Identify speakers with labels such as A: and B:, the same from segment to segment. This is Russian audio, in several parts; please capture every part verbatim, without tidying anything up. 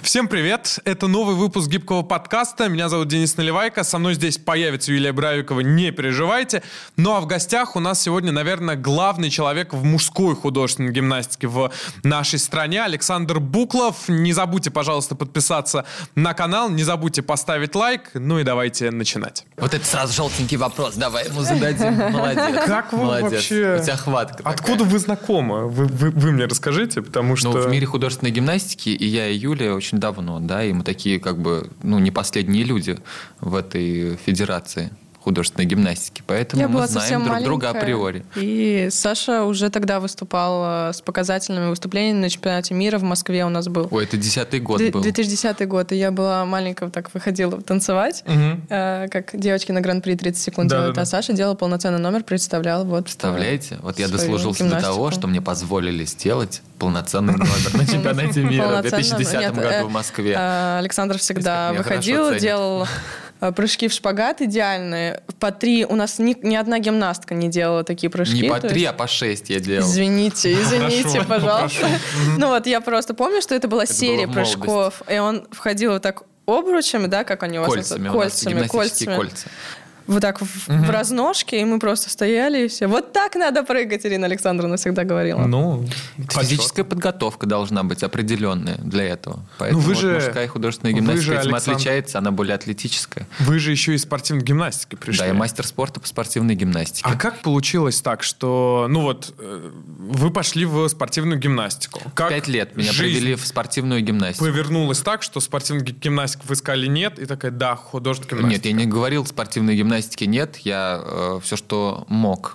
A: Всем привет! Это новый выпуск гибкого подкаста. Меня зовут Денис Наливайко. Со мной здесь появится Юлия Бравикова, не переживайте. Ну а в гостях у нас сегодня, наверное, главный человек в мужской художественной гимнастике в нашей стране, Александр Буклов. Не забудьте, пожалуйста, подписаться на канал, не забудьте поставить лайк. Ну и давайте начинать.
B: Вот это сразу желтенький вопрос. Давай ему зададим. Молодец.
A: Как вы
B: Молодец.
A: вообще...
B: У тебя хватка такая.
A: Откуда вы знакомы? Вы, вы, вы мне расскажите, потому что...
B: Ну, в мире художественной гимнастики и я, и Юлия очень давно, да, и мы такие, как бы, ну, не последние люди в этой федерации художественной гимнастики, поэтому
C: я
B: мы знаем друг друга априори.
C: И Саша уже тогда выступал с показательными выступлениями на чемпионате мира в Москве у нас был.
B: Ой, это десятый год
C: Д-
B: был.
C: две тысячи десятый год, и я была маленькая, так выходила танцевать,
A: Угу.
C: э, как девочки на Гран-при тридцать секунд
A: Да,
C: делают,
A: да,
C: а
A: да.
C: Саша делала полноценный номер, представлял. Вот,
B: Представляете? Вот я
C: свою
B: дослужился
C: гимнастику.
B: до того, что мне позволили сделать полноценный номер на чемпионате мира в две тысячи десятом
C: Нет,
B: году
C: э,
B: в Москве.
C: э, Александр всегда
B: Меня
C: выходил,
B: хорошо ценят.
C: делал э, прыжки в шпагат идеальные. По три. У нас ни, ни одна гимнастка не делала такие прыжки.
B: Не по
C: то
B: три,
C: есть-
B: а по шесть я делал.
C: Извините, извините,
A: Хорошо,
C: пожалуйста. Ну вот я просто помню, что это была
B: Это
C: серия
B: было в молодости.
C: прыжков, и он входил вот так обручами, да, как они у вас
B: Кольцами.
C: называют?
B: У нас
C: Кольцами,
B: гимнастические
C: кольцами.
B: кольца.
C: Вот так в, в разножке, и мы просто стояли, и все. Вот так надо прыгать, Ирина Александровна всегда говорила.
A: Ну,
B: Это физическая подготовка должна быть определенная для этого. Поэтому
A: вы
B: вот
A: же-
B: мужская художественная
A: вы
B: гимнастика
A: же,
B: этим
A: Александр-
B: отличается, она более атлетическая.
A: вы же еще из спортивной гимнастики пришли.
B: Да, я мастер спорта по спортивной гимнастике.
A: А как получилось так, что, ну вот, э, вы пошли в спортивную гимнастику? Как
B: Пять лет меня
A: жизнь
B: привели в спортивную гимнастику.
A: повернулась так, что спортивную гимнастику вы сказали нет, и такая, да, художественная
B: Нет,
A: гимнастика.
B: я не говорил спортивной гимнастики нет. Я э, все, что мог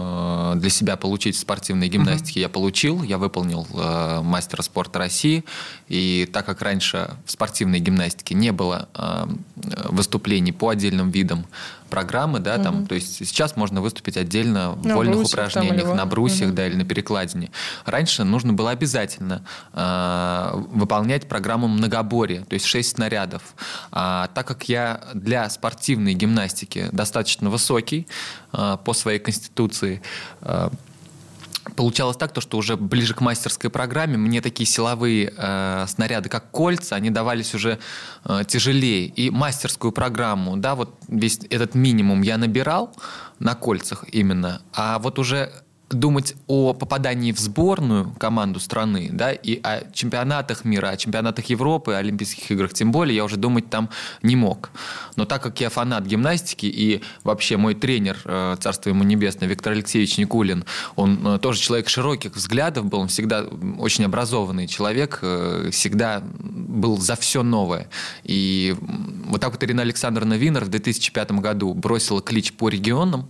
B: э, для себя получить в спортивной гимнастике, я получил. Я выполнил э, мастера спорта России. И так как раньше в спортивной гимнастике не было э, выступлений по отдельным видам программы, да, там,
C: Мгм.
B: то есть сейчас можно выступить отдельно в
C: На
B: вольных
C: брусьях там
B: упражнениях,
C: или
B: на
C: во-
B: брусьях,
C: Мгм.
B: да, или на перекладине. Раньше нужно было обязательно э, выполнять программу многоборья, то есть шесть снарядов. А так как я для спортивной гимнастики достаточно высокий э, по своей конституции, э, получалось так, то, что уже ближе к мастерской программе мне такие силовые э, снаряды, как кольца, они давались уже э, тяжелее. И мастерскую программу, да, вот весь этот минимум я набирал на кольцах именно, а вот уже думать о попадании в сборную команду страны, да, и о чемпионатах мира, о чемпионатах Европы, о Олимпийских играх, тем более, я уже думать там не мог. Но так как я фанат гимнастики, и вообще мой тренер, э, царство ему небесное, Виктор Алексеевич Никулин, он э, тоже человек широких взглядов был, он всегда очень образованный человек, э, всегда был за все новое. И вот так вот Ирина Александровна Винер в две тысячи пятом году бросила клич по регионам,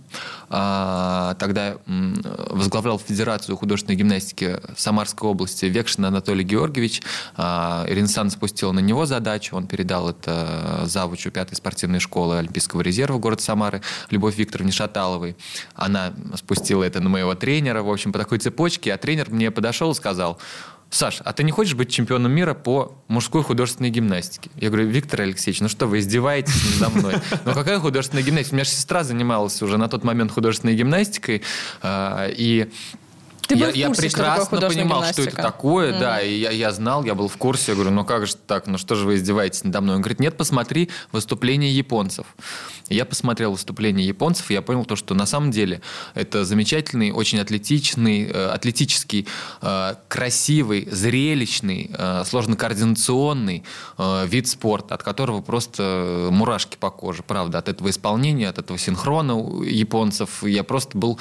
B: а, тогда м, возглавлял Федерацию художественной гимнастики Самарской области Векшин Анатолий Георгиевич. А, Ирина Александровна спустила на него задачу, он передал это завучу пятой спортивной школы Олимпийского резерва города Самары Любовь Викторовне Шаталовой. Она спустила это на моего тренера, в общем, по такой цепочке, а тренер мне подошел и сказал: Саш, а ты не хочешь быть чемпионом мира по мужской художественной гимнастике? Я говорю: Виктор Алексеевич, ну что, вы издеваетесь надо мной? Ну какая художественная гимнастика? У меня же сестра занималась уже на тот момент художественной гимнастикой, э, и
C: Ты был
B: я,
C: в
B: я
C: курсе, что такое
B: прекрасно
C: художественная
B: понимал, что это
C: гимнастика?
B: такое,
C: Мгм.
B: да, и я, я знал, я был в курсе, я говорю: ну как же так, ну что же вы издеваетесь надо мной? Он говорит: нет, посмотри выступление японцев. И я посмотрел выступление японцев, и я понял то, что на самом деле это замечательный, очень атлетичный, э, атлетический, э, красивый, зрелищный, э, сложно-координационный э, вид спорта, от которого просто мурашки по коже, правда, от этого исполнения, от этого синхрона у японцев. Я просто был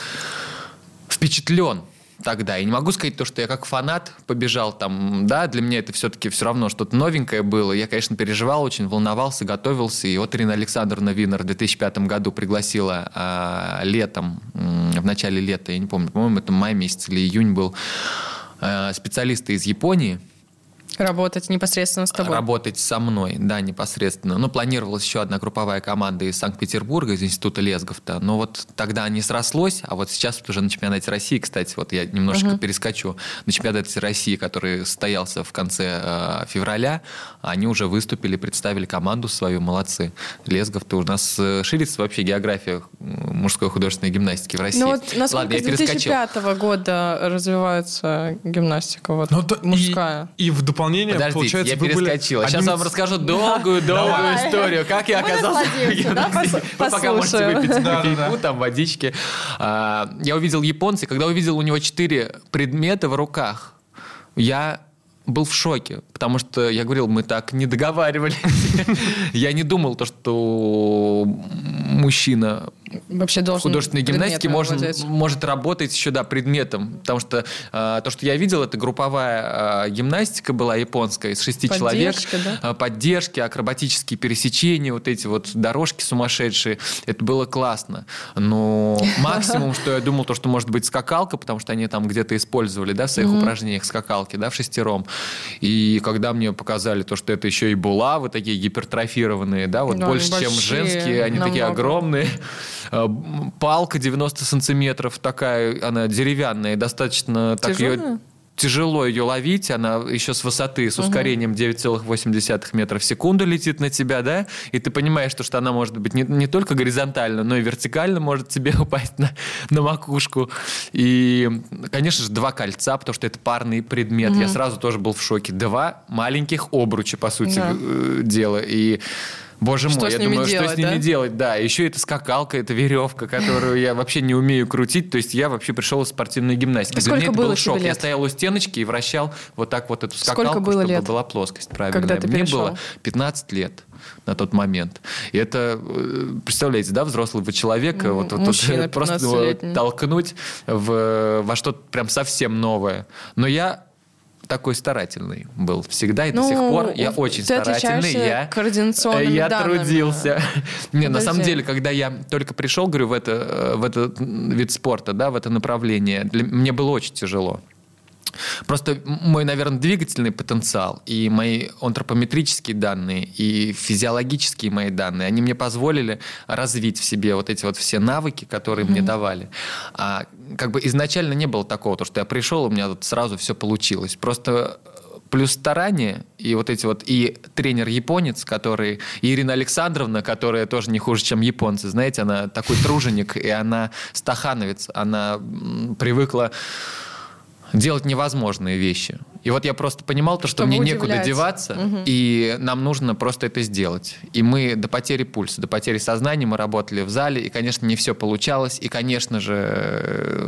B: впечатлен тогда. И не могу сказать то, что я как фанат побежал там, да, для меня это все-таки все равно что-то новенькое было. Я, конечно, переживал очень, волновался, готовился. И вот Ирина Александровна Винер в две тысячи пятом году пригласила а, летом, в начале лета, я не помню, по-моему, это май месяц или июнь был, а, специалисты из Японии,
C: Работать непосредственно с тобой.
B: работать со мной, да, непосредственно. Ну, планировалась еще одна групповая команда из Санкт-Петербурга, из Института Лесговта. Но вот тогда не срослось, а вот сейчас вот уже на чемпионате России, кстати, вот я немножко uh-huh. перескочу, на чемпионате России, который состоялся в конце э, февраля, они уже выступили, представили команду свою, молодцы. Лесговт, у нас ширится вообще география мужской художественной гимнастики в России.
C: Ну вот насколько
B: Ладно, я
C: с две тысячи пятого года развивается гимнастика вот,
A: Ну, да,
C: мужская?
A: И, и в дополнение исполнения.
B: Подождите,
A: Получается,
B: я
A: вы были
B: перескочил. Сейчас
A: одним
B: вам
A: из-
B: расскажу долгую-долгую
C: Давай.
B: историю, как я
C: Мы
B: оказался в
C: насладимся, да,
B: гимнастике.
C: пос-
B: Вы пока можете
C: послушаем.
B: выпить
A: Да-да-да.
B: кофейку, там водички. А, Я увидел японца, и когда увидел у него четыре предмета в руках, я был в шоке, потому что я говорил, мы так не договаривались. Я не думал, то, что мужчина
C: Вообще
B: в
C: должен
B: художественной гимнастике
C: предметом
B: может,
C: владеть.
B: может работать еще, да, предметом. Потому что э, то, что я видел, это групповая э, гимнастика была японская из шести человек.
C: Поддержка, да?
B: Э, Поддержки, акробатические пересечения, вот эти вот дорожки сумасшедшие. Это было классно. Но максимум, что я думал, то, что может быть скакалка, потому что они там где-то использовали, да, в своих упражнениях скакалки, да, в шестером. И когда мне показали то, что это еще и булавы такие гипертрофированные, да, вот
C: Да,
B: больше, чем
C: большие,
B: женские, они такие
C: намного.
B: огромные. Э, Палка девяносто сантиметров, такая, она деревянная, достаточно так её-
C: Тяжелая?
B: тяжело ее ловить, она еще с высоты, с ускорением девять целых восемь десятых метров в секунду летит на тебя, да, и ты понимаешь, что, что она может быть не, не только горизонтально, но и вертикально может тебе упасть на, на макушку. И, конечно же, два кольца, потому что это парный предмет. Я сразу тоже был в шоке. Два маленьких обруча, по сути
C: Да.
B: э, дела. И боже
C: Что
B: мой,
C: с
B: я
C: ними
B: думаю, что
C: делать,
B: с ними
C: да?
B: делать, да. Еще это скакалка, это веревка, которую я вообще не умею крутить. То есть я вообще пришел из спортивной гимнастики.
C: А
B: Для меня
C: сколько
B: это
C: было
B: был
C: тебе
B: шок. Я
C: лет?
B: стоял у стеночки и вращал вот так вот эту
C: Сколько
B: скакалку,
C: было
B: чтобы
C: лет,
B: была плоскость правильная.
C: когда ты
B: Мне
C: перешел?
B: было пятнадцать лет на тот момент. И это, э, представляете, да, взрослого человека,
C: М,
B: вот, вот,
C: мужчина
B: вот просто его
C: пятнадцатилетний.
B: толкнуть в, во что-то прям совсем новое. Но я такой старательный был всегда, и до
C: Ну,
B: сих пор я
C: ты
B: очень старательный.
C: отличаешься
B: Я,
C: координационными
B: я
C: данными.
B: трудился. Не, на
C: Подожди.
B: самом деле, когда я только пришел, говорю, в, это, э, в этот вид спорта, да, в это направление, для- мне было очень тяжело. Просто мой, наверное, двигательный потенциал и мои антропометрические данные и физиологические мои данные, они мне позволили развить в себе вот эти вот все навыки, которые мне давали. А как бы изначально не было такого, то, что я пришел, у меня вот сразу все получилось. Просто плюс старание, и вот эти вот, и тренер-японец, который, и Ирина Александровна, которая тоже не хуже, чем японцы, знаете, она такой труженик, и она стахановец, она м, привыкла делать невозможные вещи. И вот я просто понимал, то, что
C: Чтобы
B: мне некуда
C: удивлять.
B: деваться, и нам нужно просто это сделать. И мы до потери пульса, до потери сознания мы работали в зале, и, конечно, не все получалось, и, конечно же, э,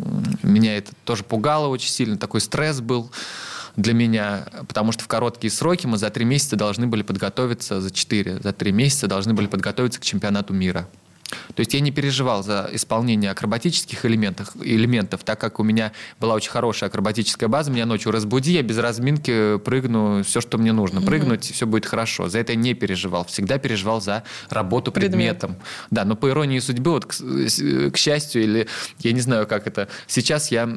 B: меня это тоже пугало очень сильно, такой стресс был для меня, потому что в короткие сроки мы за три месяца должны были подготовиться, за четыре, за три месяца должны были подготовиться к чемпионату мира. То есть я не переживал за исполнение акробатических элементов, элементов, так как у меня была очень хорошая акробатическая база. Меня ночью разбуди, я без разминки прыгну все, что мне нужно. Прыгнуть, и все будет хорошо. За это я не переживал. Всегда переживал за работу
C: Предмет.
B: предметом. Да, но по иронии судьбы, вот, к, к счастью, или я не знаю, как это, сейчас я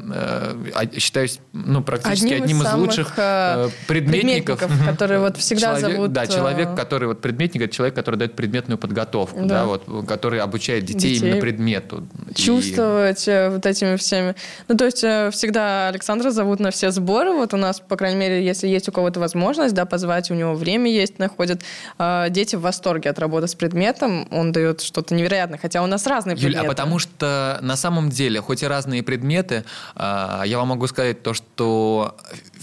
B: э, считаюсь ну, практически
C: Одним из
B: одним из,
C: самых,
B: лучших
C: э,
B: э, предметников.
C: предметников, которые вот всегда
B: Человек-
C: зовут,
B: Да, человек,
C: э,
B: который вот предметник, это человек, который дает предметную подготовку,
C: Да.
B: да, вот, который обучает детей,
C: Детей.
B: именно предмету. И-
C: чувствовать э, вот этими всеми. Ну, то есть э, всегда Александра зовут на все сборы. Вот у нас, по крайней мере, если есть у кого-то возможность, да, позвать, у него время есть, находят. Э, Дети в восторге от работы с предметом. Он дает что-то невероятное. Хотя у нас разные
B: Юль,
C: предметы.
B: а потому что на самом деле, хоть и разные предметы, а, я вам могу сказать то, что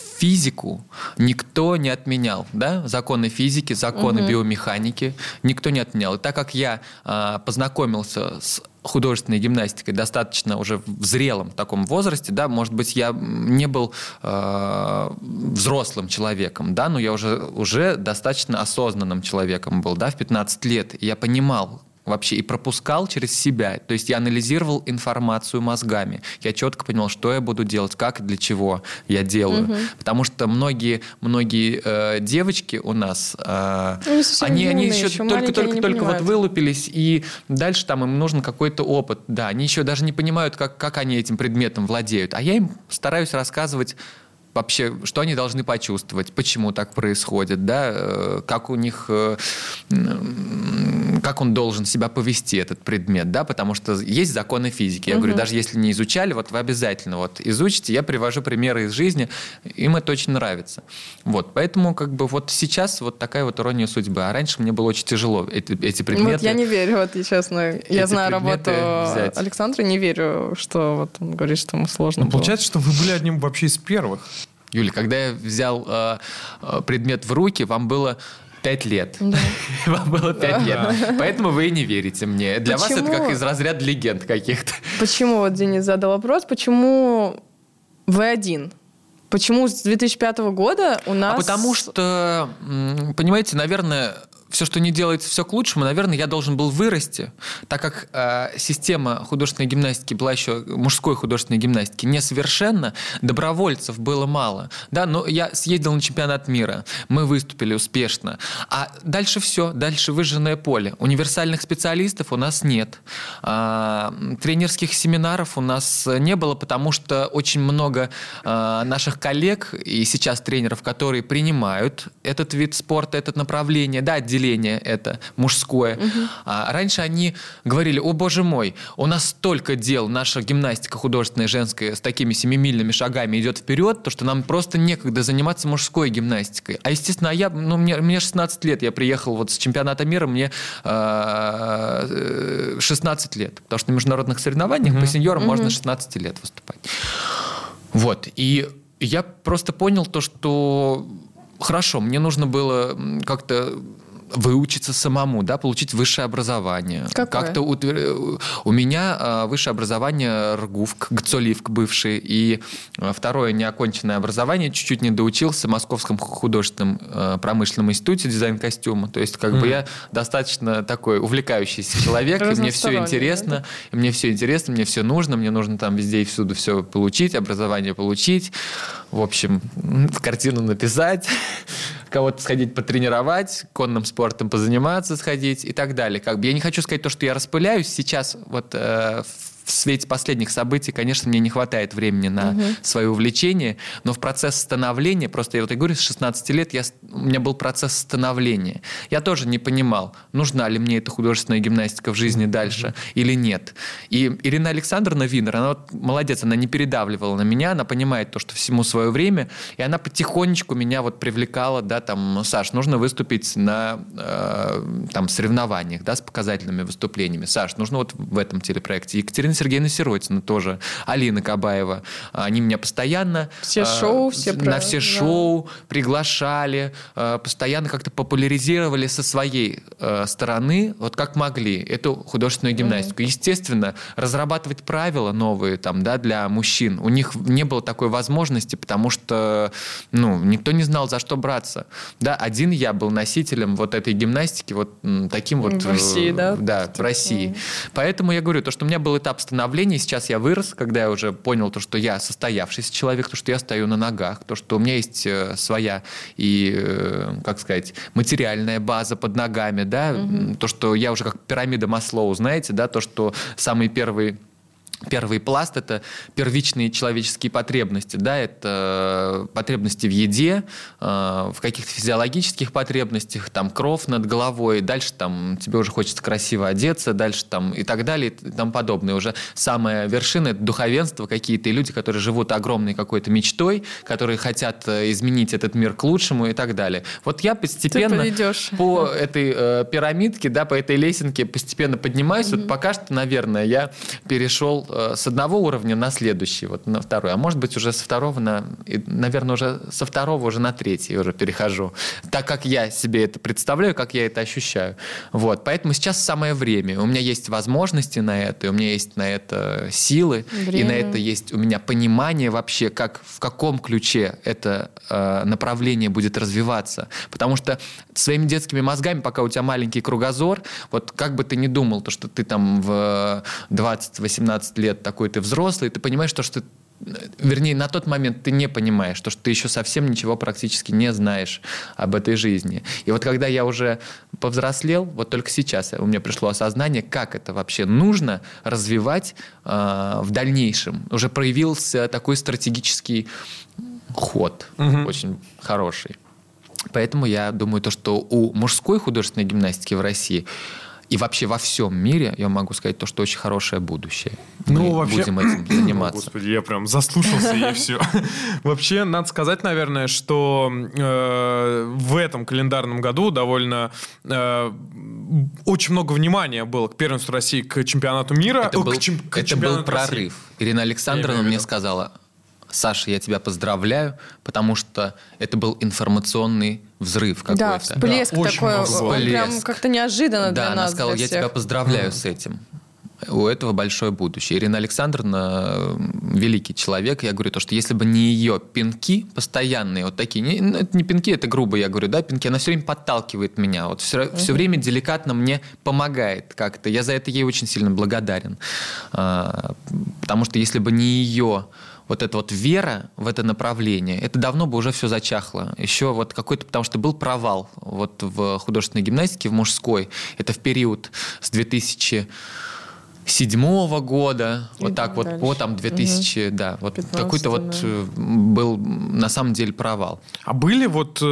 B: физику никто не отменял, да? Законы физики, законы биомеханики никто не отменял. И так как я а, познакомился с художественной гимнастикой достаточно уже в зрелом таком возрасте, да, может быть, я не был э, взрослым человеком, да, но я уже, уже достаточно осознанным человеком был, да, в пятнадцать лет. И я понимал вообще и пропускал через себя. То есть я анализировал информацию мозгами. Я четко понимал, что я буду делать, как и для чего я делаю. Угу. Потому что многие, многие э, девочки у нас, э,
C: ну,
B: они,
C: юные,
B: они еще,
C: еще
B: только-только вот вылупились, и дальше там им нужен какой-то опыт. Да, они еще даже не понимают, как, как они этим предметом владеют. А я им стараюсь рассказывать вообще, что они должны почувствовать, почему так происходит, да, как у них, как он должен себя повести, этот предмет, да, потому что есть законы физики. Я угу. говорю, даже если не изучали, вот вы обязательно вот изучите. Я привожу примеры из жизни, им это очень нравится. Вот, поэтому как бы вот сейчас вот такая вот ирония судьбы. А раньше мне было очень тяжело эти, эти предметы.
C: Вот я не верю, вот честно. Я знаю работу
B: взять.
C: Александра, не верю, что вот он говорит, что ему сложно
A: ну,
C: было.
A: Получается, что вы были одним вообще из первых.
B: Юля, когда я взял э, предмет в руки, вам было пять лет.
C: Да.
B: Вам было пять лет. Поэтому вы и не верите мне. Для
C: Почему?
B: вас это как из разряда легенд каких-то.
C: Почему, вот Денис задал вопрос, почему вэ один? Почему с две тысячи пятого года у нас...
B: А потому что, понимаете, наверное... Все, что не делается, все к лучшему, наверное, я должен был вырасти, так как э, система художественной гимнастики была еще, мужской художественной гимнастики, несовершенна, добровольцев было мало. Да, но я съездил на чемпионат мира, мы выступили успешно. А дальше все, дальше выжженное поле. Универсальных специалистов у нас нет. А, тренерских семинаров у нас не было, потому что очень много а, наших коллег и сейчас тренеров, которые принимают этот вид спорта, это направление, да, отделение это мужское. Угу. А раньше они говорили: о боже мой, у нас столько дел, наша гимнастика художественная, женская, с такими семимильными шагами идет вперед, то что нам просто некогда заниматься мужской гимнастикой. А естественно, я, ну, мне, мне шестнадцать лет, я приехал вот с чемпионата мира, мне э, шестнадцать лет, потому что на международных соревнованиях угу. по сеньорам угу. можно с шестнадцати лет выступать. Вот, и я просто понял то, что хорошо, мне нужно было как-то выучиться самому, да, получить высшее образование.
C: Какое?
B: Как-то утвер... У меня э, высшее образование РГУФК, ГЦОЛИВК бывший, и э, второе неоконченное образование, чуть-чуть не доучился в Московском художественном э, промышленном институте дизайн-костюма. То есть как mm. бы я достаточно такой увлекающийся человек, и мне все интересно, да? и мне все интересно, мне все нужно, мне нужно там везде и всюду все получить, образование получить, в общем, картину написать, кого-то сходить потренировать, конным спортом позаниматься, сходить и так далее. Как бы я не хочу сказать то, что я распыляюсь. Сейчас вот э, в свете последних событий, конечно, мне не хватает времени на угу. свое увлечение, но в процесс становления, просто я вот и говорю, с шестнадцати лет я, у меня был процесс становления. Я тоже не понимал, нужна ли мне эта художественная гимнастика в жизни дальше угу. или нет. И Ирина Александровна Винер, она вот молодец, она не передавливала на меня, она понимает то, что всему свое время, и она потихонечку меня вот привлекала, да, там, Саш, нужно выступить на э, там, соревнованиях, да, с показательными выступлениями. Саш, нужно вот в этом телепроекте. Екатерина Сергеевна Сиротина тоже, Алина Кабаева. Они меня постоянно...
C: Все шоу, все
B: на про... все да. шоу приглашали, постоянно как-то популяризировали со своей стороны, вот как могли, эту художественную гимнастику. Mm-hmm. Естественно, разрабатывать правила новые там, да, для мужчин. У них не было такой возможности, потому что ну, никто не знал, за что браться. Да, один я был носителем вот этой гимнастики, вот таким вот...
C: В России, да?
B: Да, в России. Поэтому я говорю, то, что у меня был этап становления, сейчас я вырос, когда я уже понял, то, что я состоявшийся человек, то, что я стою на ногах, то, что у меня есть своя и, как сказать, материальная база под ногами, да, угу. то, что я уже как пирамида Маслоу, знаете, да, то, что самый первый Первый пласт – это первичные человеческие потребности. Да? Это потребности в еде, в каких-то физиологических потребностях, там, кров над головой. Дальше там, тебе уже хочется красиво одеться, дальше там, и так далее, и тому подобное. Уже самая вершина – это духовенство, какие-то люди, которые живут огромной какой-то мечтой, которые хотят изменить этот мир к лучшему и так далее. Вот я постепенно по этой э, пирамидке, да, по этой лесенке постепенно поднимаюсь. Mm-hmm. Вот пока что, наверное, я перешел с одного уровня на следующий, вот на второй, а может быть уже со второго на, наверное, уже со второго уже на третий уже перехожу, так как я себе это представляю, как я это ощущаю. Вот, поэтому сейчас самое время. У меня есть возможности на это, у меня есть на это силы, время. И на это есть у меня понимание вообще, как, в каком ключе это э, направление будет развиваться. Потому что своими детскими мозгами, пока у тебя маленький кругозор, вот как бы ты ни думал, то, что ты там в двадцать-восемнадцать лет такой ты взрослый, ты понимаешь, то, что вернее, на тот момент ты не понимаешь, то, что ты еще совсем ничего практически не знаешь об этой жизни. И вот когда я уже повзрослел, вот только сейчас у меня пришло осознание, как это вообще нужно развивать э, в дальнейшем. Уже проявился такой стратегический ход, угу. очень хороший. Поэтому я думаю, то, что у мужской художественной гимнастики в России и вообще во всем мире, я могу сказать, то, что очень хорошее будущее.
A: Ну,
B: Мы
A: вообще...
B: будем этим заниматься.
A: Господи, я прям заслушался, и все. Вообще, надо сказать, наверное, что э, в этом календарном году довольно э, очень много внимания было к первенству России, к чемпионату мира.
B: Это,
A: О,
B: был,
A: к чем, к
B: это был прорыв. России. Ирина Александровна мне сказала: Саша, я тебя поздравляю, потому что это был информационный взрыв какой-то.
C: Да, всплеск
A: Да,
C: такой,
B: всплеск.
C: прям как-то неожиданно
B: Да,
C: для
B: она
C: нас,
B: сказала,
C: для
B: я
C: всех.
B: тебя поздравляю mm. с этим. У этого большое будущее. Ирина Александровна великий человек. Я говорю, то, что если бы не ее пинки постоянные, вот такие, не, это не пинки, это грубо, я говорю, да, пинки, она все время подталкивает меня, вот все, uh-huh. все время деликатно мне помогает как-то. Я за это ей очень сильно благодарен. А, потому что если бы не ее вот эта вот вера в это направление, это давно бы уже все зачахло. Еще вот какой-то, потому что был провал вот в художественной гимнастике, в мужской. Это в период с две тысячи седьмого года, и вот так вот по там две тысячи, угу. да, вот какой-то вот да. был на самом деле провал.
A: А были вот э,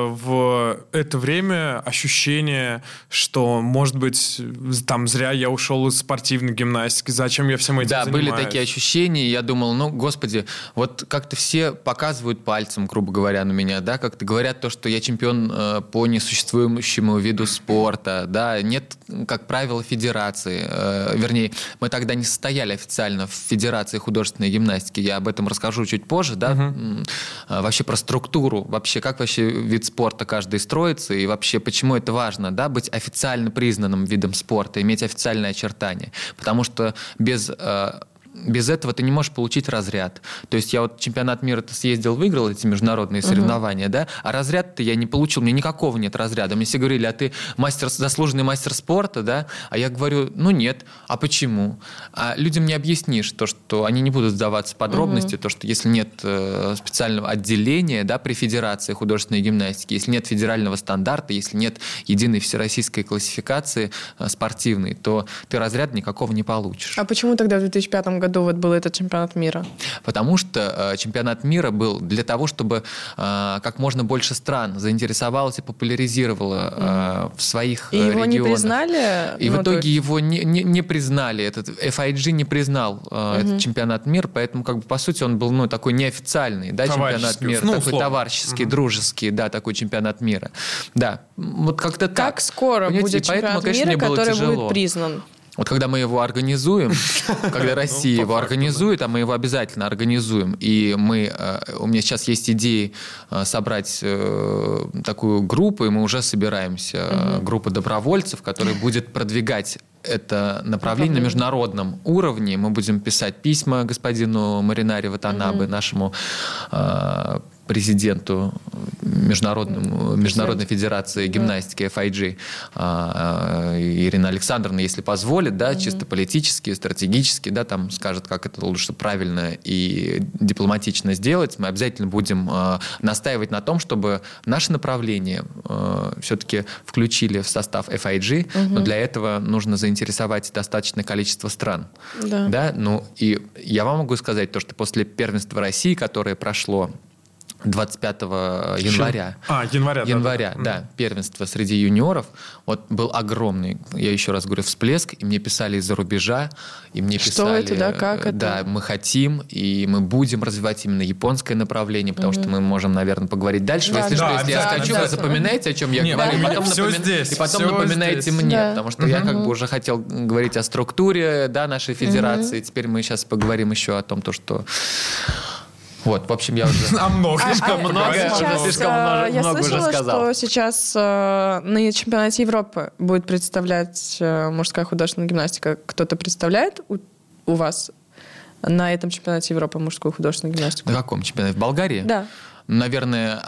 A: в это время ощущения, что, может быть, там зря я ушел из спортивной гимнастики, зачем я всем этим
B: да,
A: занимаюсь?
B: Да, были такие ощущения, и я думал, ну, господи, вот как-то все показывают пальцем, грубо говоря, на меня, да, как-то говорят то, что я чемпион э, по несуществующему виду спорта, да, нет, как правило, федерации, э, вернее, мы тогда не состояли официально в Федерации художественной гимнастики. Я об этом расскажу чуть позже, да, uh-huh. вообще про структуру, вообще как вообще вид спорта каждый строится и вообще почему это важно, да, быть официально признанным видом спорта, иметь официальные очертания, потому что без без этого ты не можешь получить разряд. То есть я вот чемпионат мира-то съездил, выиграл эти международные соревнования, uh-huh. да, а разряд-то я не получил, мне никакого нет разряда. Мне все говорили, а ты мастер, заслуженный мастер спорта, да? А я говорю, ну нет. А почему? А людям не объяснишь то, что они не будут сдаваться в подробности, uh-huh. то, что если нет э, специального отделения, да, при Федерации художественной гимнастики, если нет федерального стандарта, если нет единой всероссийской классификации э, спортивной, то ты разряд никакого не получишь.
C: А почему тогда в две тысячи пятом году вот был этот чемпионат мира?
B: Потому что э, чемпионат мира был для того, чтобы э, как можно больше стран заинтересовалось и популяризировало э, mm. в своих
C: и его
B: регионах.
C: Не признали?
B: И
C: ну,
B: в итоге
C: есть...
B: его не, не, не признали. Этот эф ай джи не признал э, mm-hmm. этот чемпионат мира, поэтому как бы по сути он был ну, такой неофициальный, да, чемпионат мира, ну, такой условно. товарищеский, mm-hmm. дружеский, да, такой чемпионат мира. Да, вот как-то так.
C: Как скоро
B: Понимаете?
C: будет чемпионат поэтому, конечно, мира, который тяжело. Будет признан?
B: Вот когда мы его организуем, когда Россия его организует, а мы его обязательно организуем, и мы, у меня сейчас есть идеи собрать такую группу, и мы уже собираемся, группа добровольцев, которая будет продвигать это направление на международном уровне. Мы будем писать письма господину Маринари Ватанабе, нашему президенту Международному, Международной Федерации гимнастики эф ай джи Ирина Александровна, если позволит, да, mm-hmm. чисто политически, стратегически, да, там скажет, как это лучше правильно и дипломатично сделать. Мы обязательно будем э, настаивать на том, чтобы наше направление э, все-таки включили в состав эф ай джи, mm-hmm. но для этого нужно заинтересовать достаточное количество стран.
C: Да.
B: Да? Ну, и я вам могу сказать то, что после первенства России, которое прошло двадцать пятого января.
A: А, января,
B: января,
A: да,
B: да, да, первенство среди юниоров. Вот был огромный, я еще раз говорю, всплеск, и мне писали из-за рубежа, и мне
C: что
B: писали...
C: это, да, как это?
B: Да, мы хотим, и мы будем развивать именно японское направление, потому угу. что мы можем, наверное, поговорить дальше. Да, если да, что, если я скажу, вы запоминаете, о чем я
A: Нет,
B: говорю,
A: да,
B: и потом,
A: все
B: напомин...
A: здесь,
B: и потом
A: все
B: напоминаете
A: здесь.
B: мне,
C: да.
B: потому что
C: угу.
B: я как бы уже хотел говорить о структуре, да, нашей федерации, угу. теперь мы сейчас поговорим еще о том, то, что... Вот, в общем, я уже...
A: А много,
B: слишком много,
C: сейчас,
B: слишком много,
C: я
B: много
C: слышала,
B: уже сказал.
C: что сейчас э, на чемпионате Европы будет представлять э, мужская художественная гимнастика. Кто-то представляет у, у вас на этом чемпионате Европы мужскую художественную гимнастику?
B: На каком чемпионате? В Болгарии?
C: Да.
B: Наверное,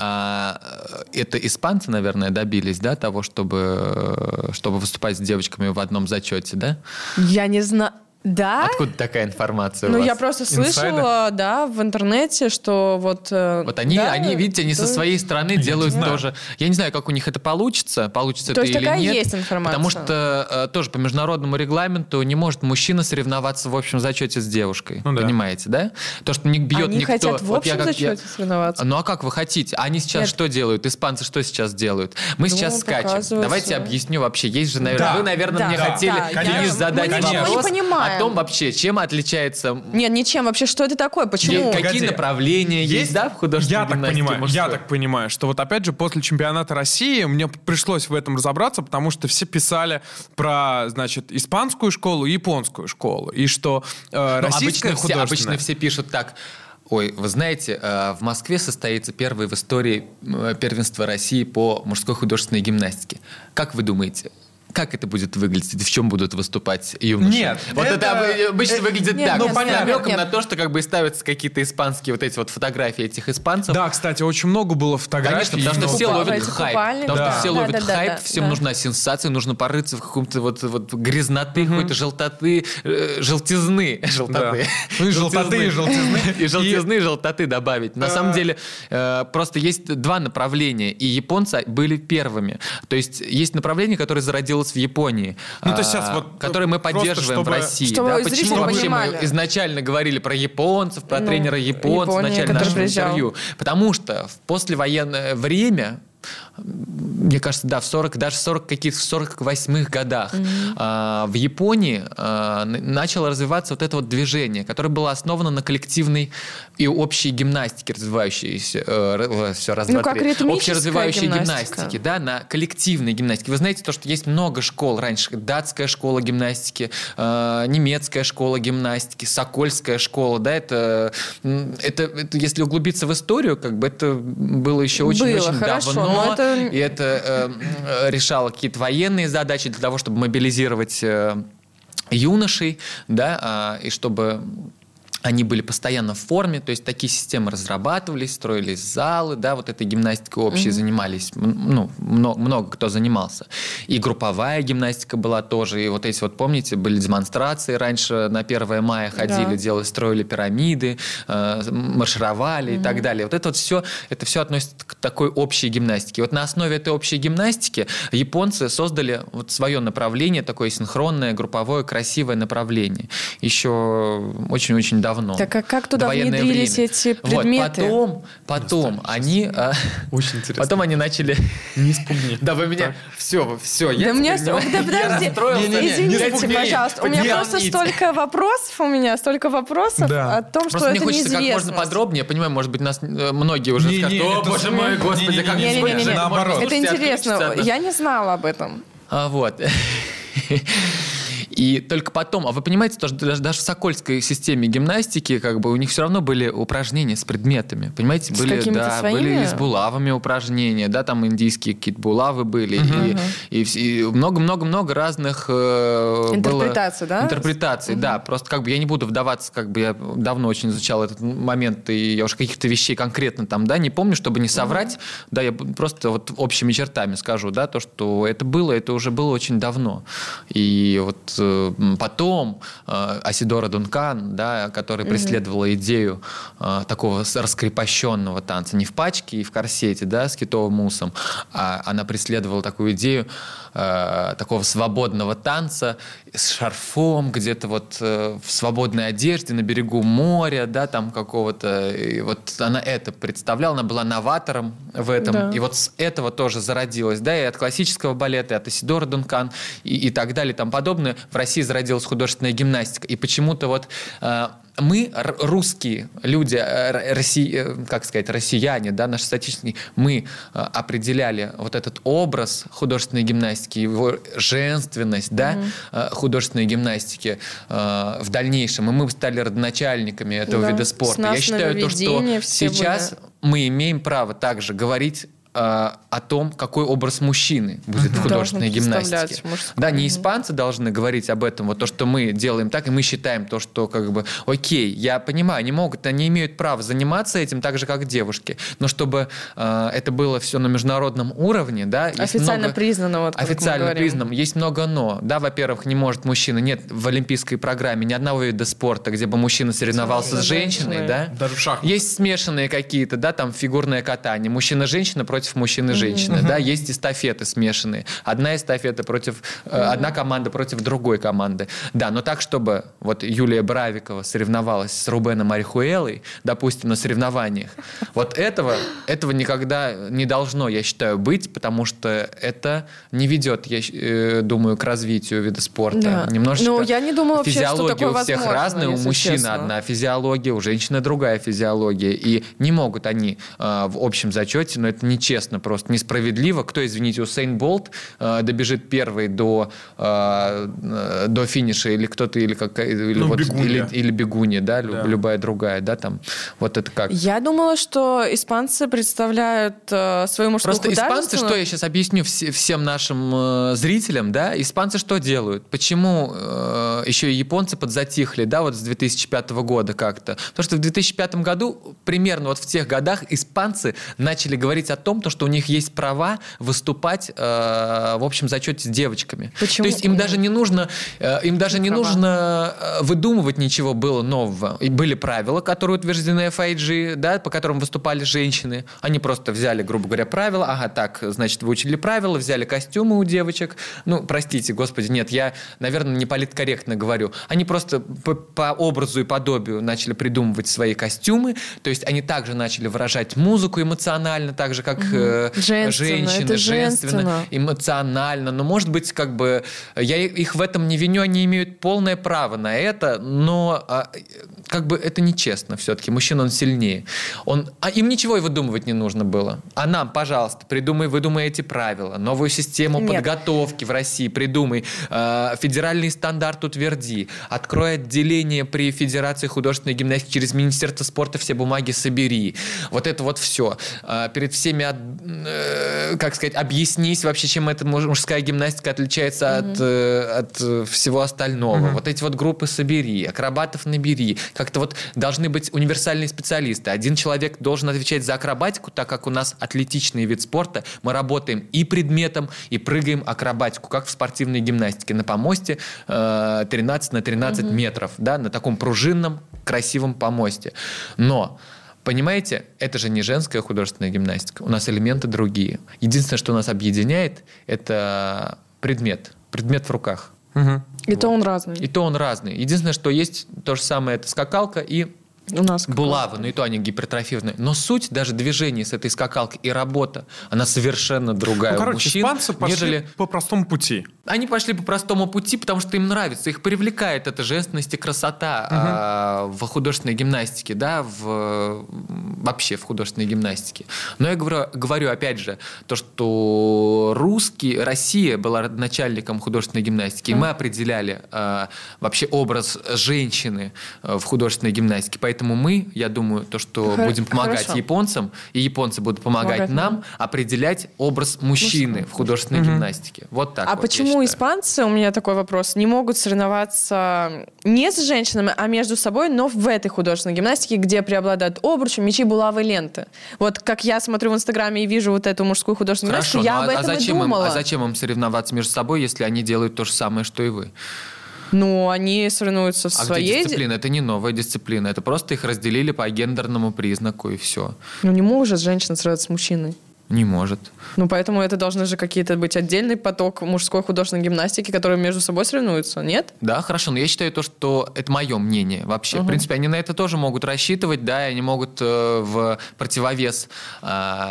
B: это испанцы, наверное, добились, да, того, чтобы, чтобы выступать с девочками в одном зачете, да?
C: Я не знаю. Да?
B: Откуда такая информация
C: ну,
B: у вас?
C: я просто слышала, Инсайда? да, в интернете, что вот...
B: Вот они,
C: да,
B: они видите, они
C: да.
B: со своей стороны я делают тоже... Я не знаю, как у них это получится, получится
C: То
B: это
C: есть
B: или
C: такая
B: нет.
C: есть информация?
B: Потому что э, тоже по международному регламенту не может мужчина соревноваться в общем зачете с девушкой. Ну, понимаете, да? да? То, что не бьет
C: они
B: никто...
C: Они хотят в общем
B: вот я,
C: зачете
B: я...
C: соревноваться?
B: Ну, а как вы хотите? Они сейчас нет. что делают? Испанцы что сейчас делают? Мы
C: ну,
B: сейчас скачем. Давайте объясню вообще. Есть же, наверное...
A: Да.
B: Вы, наверное,
C: да.
B: мне
C: да.
B: хотели,
C: да.
B: Денис, задать
C: мы
B: вопрос
C: о
B: том вообще, чем отличается...
C: Нет, ничем. Вообще, что это такое? Почему?
B: Какие Погоди. направления есть, есть, да, в художественной
A: я так понимаю,
B: мужской?
A: Я так понимаю, что вот опять же после чемпионата России мне пришлось в этом разобраться, потому что все писали про, значит, испанскую школу и японскую школу. И что э, российская
B: обычно
A: художественная...
B: Все, обычно все пишут так... Ой, вы знаете, в Москве состоится первое в истории первенство России по мужской художественной гимнастике. Как вы думаете, как это будет выглядеть? В чем будут выступать юноши?
A: Нет.
B: Вот это, это обычно это... выглядит нет, так.
C: Нет,
B: Ну, понятно. Намеком
C: нет.
B: на то, что как бы ставятся какие-то испанские вот эти вот фотографии этих испанцев.
A: Да, кстати, очень много было фотографий.
B: Конечно, потому что все
C: Купал,
B: ловят
C: эти
B: хайп.
C: купальники.
B: Потому
A: Да.
B: что все
C: Да,
B: ловят
C: да, да,
B: хайп,
C: да,
B: всем
C: да.
B: нужна сенсация, нужно порыться в каком-то вот, вот грязноты,
A: Мгм.
B: какой-то желтоты, э, желтизны. желтоты.
A: Да. Ну и желтоты, и желтизны.
B: И желтизны, и желтоты добавить. На самом деле, э, просто есть два направления, и японцы были первыми. То есть есть направление, которое зародилось в Японии,
A: Ну, то есть сейчас
B: а,
A: вот
B: которое мы
A: просто
B: поддерживаем
A: чтобы-
B: в России.
C: чтобы
B: Да,
C: зрители
B: почему вообще мы
C: понимали.
B: изначально говорили про японцев, про
C: Ну,
B: тренера японцев в
C: Япония,
B: начале
C: который
B: нашего
C: приезжал.
B: интервью? Потому что в послевоенное время, мне кажется, да, в сорок, даже в сорок каких-то в сорок восьмых годах
C: Mm-hmm.
B: а, в Японии а, н- начало развиваться вот это вот движение, которое было основано на коллективной и общей гимнастике, развивающейся, э, все, раз,
C: Ну,
B: два,
C: как
B: три,
C: ритмическая
B: общеразвивающей
C: гимнастика.
B: гимнастики, да, на коллективной гимнастике. Вы знаете то, что есть много школ раньше, датская школа гимнастики, э, немецкая школа гимнастики, сокольская школа, да, это, м, это, это если углубиться в историю, как бы это было еще очень-очень
C: Было, хорошо,
B: давно,
C: но это-
B: и это э, э, решало какие-то военные задачи для того, чтобы мобилизировать э, юношей, да, а, и чтобы они были постоянно в форме, то есть такие системы разрабатывались, строились залы, да, вот этой гимнастикой общей
C: Mm-hmm.
B: занимались, ну, много, много кто занимался. И групповая гимнастика была тоже, и вот эти вот, помните, были демонстрации раньше на первое мая ходили,
C: Да.
B: делали, строили пирамиды, э, маршировали
C: Mm-hmm.
B: и так далее. Вот это вот все, это все относится к такой общей гимнастике. Вот на основе этой общей гимнастики японцы создали вот свое направление, такое синхронное, групповое, красивое направление. Еще очень-очень давно.
C: Так а как туда
B: Довоенное
C: внедрились
B: время.
C: эти
B: Вот,
C: предметы?
B: потом, потом они, а,
A: Очень интересно.
B: потом они начали.
A: Не спугни.
B: Да, вы меня. Все, все.
C: Да мне... Да подожди, извините, пожалуйста. У меня просто столько вопросов у меня, столько вопросов
A: Да.
C: о том, что
B: Просто мне
C: это
B: хочется как можно
C: неизвестность.
B: подробнее. Я понимаю, может быть, нас э, многие уже
A: Не,
B: скажут:
A: не,
B: о,
A: это
B: боже
A: с-
B: мой, господи,
A: не, не,
B: как
A: не,
B: не
A: не,
C: Не-не-не,
A: же наоборот.
C: это интересно. Я не знала об этом.
B: А, вот. И только потом, а вы понимаете, то, что даже, даже в сокольской системе гимнастики как бы у них все равно были упражнения с предметами, понимаете,
C: С
B: были,
C: какими-то
B: да,
C: своими?
B: были и с булавами упражнения, да, там индийские какие-то булавы были,
A: Мгм.
B: и, и, вс- и много-много-много разных э,
C: Интерпретаций,
B: было,
C: да?
B: интерпретаций, да, просто как бы я не буду вдаваться, как бы я давно очень изучал этот момент, и я уже каких-то вещей конкретно там, да, не помню, чтобы не соврать, да, я просто вот общими чертами скажу, да, то, что это было, это уже было очень давно, и вот э, потом э, Асидора Дункан, да, которая преследовала идею э, такого с- раскрепощенного танца, не в пачке и в корсете, да, с китовым муссом, а она преследовала такую идею э, такого свободного танца с шарфом, где-то вот э, в свободной одежде на берегу моря, да, там какого-то, и вот она это представляла, она была новатором в этом,
C: Да.
B: и вот с этого тоже зародилось, да, и от классического балета, и от Асидора Дункан, и, и так далее, и тому подобное. В России зародилась художественная гимнастика, и почему-то вот э, мы, р- русские люди, э, р- росси- э, как сказать, россияне, да, наши соотечественники, мы э, определяли вот этот образ художественной гимнастики, его женственность, да, э, художественной гимнастики э, в дальнейшем, и мы стали родоначальниками этого
C: Да,
B: вида
C: с
B: спорта.
C: нас
B: Я считаю, то, что
C: нововведения все
B: сейчас
C: были.
B: мы имеем право также говорить э, о том, какой образ мужчины будет в художественной
C: Должен
B: гимнастике.
C: представлять мужской.
B: Да, не
C: Мгм.
B: испанцы должны говорить об этом, вот то, что мы делаем так, и мы считаем то, что как бы, окей, я понимаю, они могут, они имеют право заниматься этим так же, как девушки, но чтобы э, это было все на международном уровне, да, есть
C: Официально
B: много-
C: признано, вот как мы
B: Официально
C: говорим.
B: признанным. Есть много «но». Да, во-первых, не может мужчина, нет в олимпийской программе ни одного вида спорта, где бы мужчина соревновался с
C: С
B: женщиной,
C: женщиной.
B: да.
A: Даже в шахматах.
B: Есть смешанные какие-то, да, там фигурное катание. Мужчина-женщина против мужчины-женщины, да. Есть эстафеты смешанные. Одна эстафета против... э, одна команда против другой команды. Да, но так, чтобы вот Юлия Бравикова соревновалась с Рубеном Орехуэлой, допустим, на соревнованиях, вот этого, этого никогда не должно, я считаю, быть, потому что это не ведет, я э, думаю, к развитию вида спорта.
C: Да.
B: Немножечко
C: Ну, я не думаю вообще, что
B: физиология
C: такое
B: у всех
C: возможно,
B: разная, у
C: если
B: мужчины
C: честно.
B: одна физиология, у женщины другая физиология, и не могут они э, в общем зачете, но это нечестно нечестно, просто несправедливо. Кто, извините, Усейн Болт э, добежит первый до, э, до финиша, или кто-то, или, как, или,
A: ну,
B: вот,
A: бегунья.
B: или, или бегунья, да,
A: да,
B: любая другая, да, там, вот это как?
C: Я думала, что испанцы представляют э, свою мужскую
B: Просто испанцы,
C: художественную-
B: что я сейчас объясню вс- всем нашим э, зрителям, да, испанцы что делают? Почему э, еще и японцы подзатихли, да, вот с две тысячи пятого года как-то? Потому что в две тысячи пятом году, примерно вот в тех годах, испанцы начали говорить о том, то, что у них есть права выступать э, в общем зачете с девочками.
C: Почему?
B: То есть им даже не нужно, э, им даже не
C: Права.
B: нужно э, выдумывать ничего было нового. И были правила, которые утверждены эф ай джи, да, по которым выступали женщины. Они просто взяли, грубо говоря, правила. Ага, так, значит, выучили правила, взяли костюмы у девочек. Ну, простите, господи, нет, я, наверное, не политкорректно говорю. Они просто по, по образу и подобию начали придумывать свои костюмы. То есть они также начали выражать музыку эмоционально, так же, как
C: Угу.
B: э,
C: Женственно,
B: женщины,
C: это
B: женственно,
C: женственно.
B: эмоционально. Но, может быть, как бы я их в этом не виню, они имеют полное право на это, но а, как бы это нечестно все-таки. Мужчина, он сильнее. Он, а им ничего и выдумывать не нужно было. А нам, пожалуйста, придумай, выдумай эти правила, новую систему
C: Нет.
B: подготовки в России придумай, э, федеральный стандарт утверди, открой отделение при Федерации художественной гимнастики через Министерство спорта, все бумаги собери. Вот это вот все. Э, перед всеми, от, э, как сказать, объяснись вообще, чем эта муж- мужская гимнастика отличается
C: Mm-hmm.
B: от, э, от э, всего остального.
A: Mm-hmm.
B: Вот эти вот группы собери, акробатов набери. Как-то вот должны быть универсальные специалисты. Один человек должен отвечать за акробатику, так как у нас атлетичный вид спорта. Мы работаем и предметом, и прыгаем акробатику, как в спортивной гимнастике. На помосте э, тринадцать на тринадцать
C: Mm-hmm.
B: метров, да, на таком пружинном, красивом помосте. Но понимаете, это же не женская художественная гимнастика. У нас элементы другие. Единственное, что нас объединяет, это предмет. Предмет в руках.
A: Угу.
C: И то он разный.
B: И то он разный. Единственное, что есть то же самое, это скакалка и
C: У нас как
B: булавы, но и то они гипертрофированные. Но суть даже движения с этой скакалкой и работа, она совершенно другая
A: Ну,
B: у
A: короче,
B: мужчин,
A: испанцы пошли
B: нежели...
A: по простому пути.
B: Они пошли по простому пути, потому что им нравится, их привлекает эта женственность и красота
A: Угу.
B: а, в художественной гимнастике, да, в, вообще в художественной гимнастике. Но я говорю, говорю опять же, то, что русский, Россия была родоначальником художественной гимнастики, и мы определяли а, вообще образ женщины а, в художественной гимнастике. Поэтому мы, я думаю, то, что
C: Хор-
B: будем помогать
C: хорошо.
B: японцам, и японцы будут помогать
C: Помогать
B: нам
C: нам.
B: определять образ мужчины
C: Мужской.
B: в художественной
A: Мгм.
B: гимнастике. Вот так
C: А
B: вот, я
C: почему
B: считаю.
C: испанцы, у меня такой вопрос, не могут соревноваться не с женщинами, а между собой, но в этой художественной гимнастике, где преобладают обручи, мечи, булавы, ленты? Вот как я смотрю в Инстаграме и вижу вот эту мужскую художественную
B: Хорошо,
C: гимнастику, я
B: ну,
C: об
B: а,
C: этом
B: а зачем
C: и
B: им,
C: думала.
B: а зачем им соревноваться между собой, если они делают то же самое, что и вы?
C: Ну, они соревнуются в
B: А
C: своей...
B: где
C: ди-
B: дисциплина? Это не новая дисциплина. Это просто их разделили по гендерному признаку, и все.
C: Ну, не может женщина соревноваться с мужчиной.
B: Не может.
C: Ну, поэтому это должны же какие-то быть отдельный поток мужской художественной гимнастики, которые между собой соревнуются, нет?
B: Да, хорошо, но я считаю то, что это мое мнение вообще.
C: Мгм.
B: В принципе, они на это тоже могут рассчитывать, да, и они могут э, в противовес, э,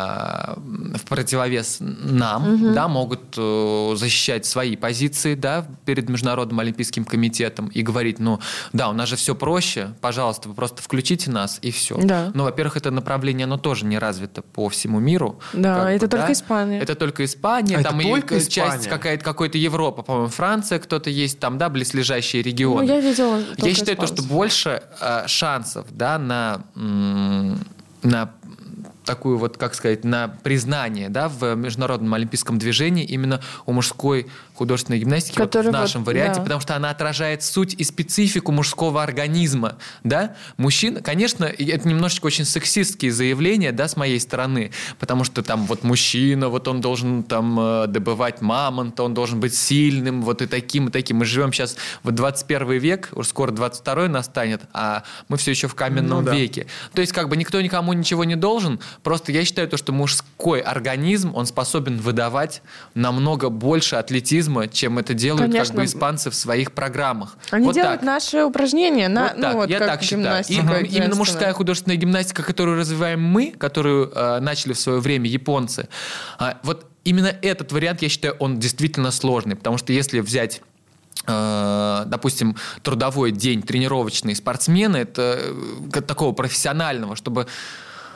B: в противовес нам, да, могут э, защищать свои позиции, да, перед Международным олимпийским комитетом и говорить, ну, да, у нас же все проще, пожалуйста, вы просто включите нас и все.
C: Да.
B: Но, во-первых, это направление, оно тоже не развито по всему миру.
C: Да,
B: как бы,
C: это только
B: да.
C: Испания.
B: Это только Испания,
A: А
B: там
A: это
B: и
A: только
B: часть
A: Испания?
B: какая-то какой-то Европа, по-моему, Франция, кто-то есть там, да, близлежащие
C: Ну,
B: регионы.
C: я видела
B: Я
C: только
B: считаю, то, что
C: испанцев.
B: больше э, шансов, да, на, м, на такую вот, как сказать, на признание, да, в международном олимпийском движении именно у мужской художественной гимнастики вот
C: Который
B: в нашем
C: вот,
B: варианте,
C: да.
B: потому что она отражает суть и специфику мужского организма, да. Мужчин, конечно, и это немножечко очень сексистские заявления, да, с моей стороны, потому что там вот мужчина, вот он должен там э, добывать мамонта, он должен быть сильным, вот и таким, и таким. Мы живем сейчас в двадцать первый век, уж скоро двадцать второй настанет, а мы все еще в каменном
A: Ну да.
B: веке. То есть как бы никто никому ничего не должен, просто я считаю то, что мужской организм, он способен выдавать намного больше атлетизма, чем это делают как
C: Конечно.
B: бы испанцы в своих программах.
C: Они
B: Вот
C: делают
B: так.
C: наши упражнения, на,
B: Вот так,
C: ну, вот
B: я
C: как
B: так считаю.
C: гимнастика
B: Именно,
C: женственная.
B: именно мужская художественная гимнастика, которую развиваем мы, которую э, начали в свое время японцы, а, вот именно этот вариант, я считаю, он действительно сложный, потому что если взять э, допустим, трудовой день тренировочный спортсмена, это э, такого профессионального, чтобы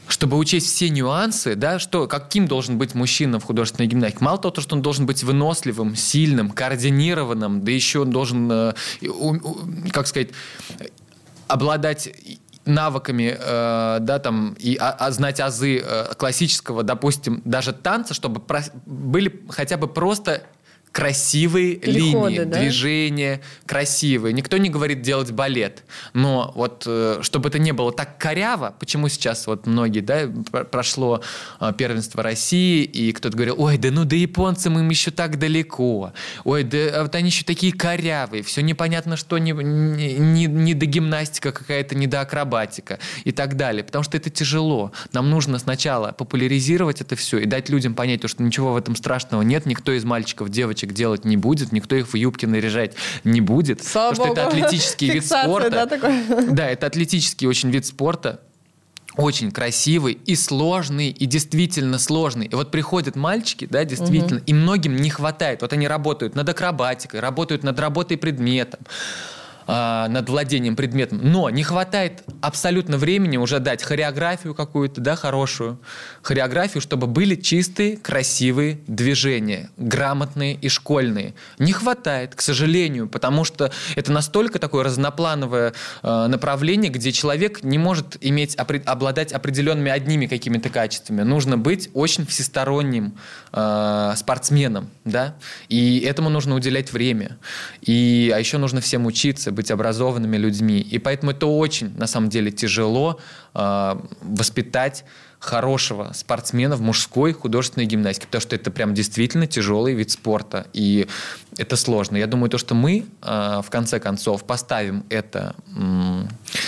B: чтобы учесть все нюансы, да, что, каким должен быть мужчина в художественной гимнастике. Мало того, что он должен быть выносливым, сильным, координированным, да еще он должен, э, у, у, как сказать, обладать навыками, э, да, там, и а, а, знать азы э, классического, допустим, даже танца, чтобы про, были хотя бы просто красивые
C: переходы,
B: линии,
C: да?
B: движения красивые. Никто не говорит делать балет, но вот э, чтобы это не было так коряво, почему сейчас вот многие, да, прошло э, первенство России, и кто-то говорил, ой, да ну до японцам им еще так далеко, ой, да вот они еще такие корявые, все непонятно, что не, не, не до гимнастика какая-то, не до акробатика и так далее, потому что это тяжело. Нам нужно сначала популяризировать это все и дать людям понять, что ничего в этом страшного нет, никто из мальчиков, девочек делать не будет, никто их в юбки наряжать не будет.
C: Слава
B: потому
C: богу.
B: Что это атлетический вид спорта.
C: Да, такой?
B: Да, это атлетический очень вид спорта. Очень красивый и сложный, и действительно сложный. И вот приходят мальчики, да, действительно, угу. и многим не хватает. Вот они работают над акробатикой, работают над работой предметом, над владением предметом, но не хватает абсолютно времени уже дать хореографию какую-то, да, хорошую, хореографию, чтобы были чистые, красивые движения, грамотные и школьные. Не хватает, к сожалению, потому что это настолько такое разноплановое э, направление, где человек не может иметь, опри- обладать определенными одними какими-то качествами. Нужно быть очень всесторонним э, спортсменом, да, и этому нужно уделять время. И, а еще нужно всем учиться, быть образованными людьми. И поэтому это очень, на самом деле, тяжело э, воспитать хорошего спортсмена в мужской художественной гимнастике, потому что это прям действительно тяжелый вид спорта, и это сложно. Я думаю, то, что мы, э, в конце концов, поставим это э,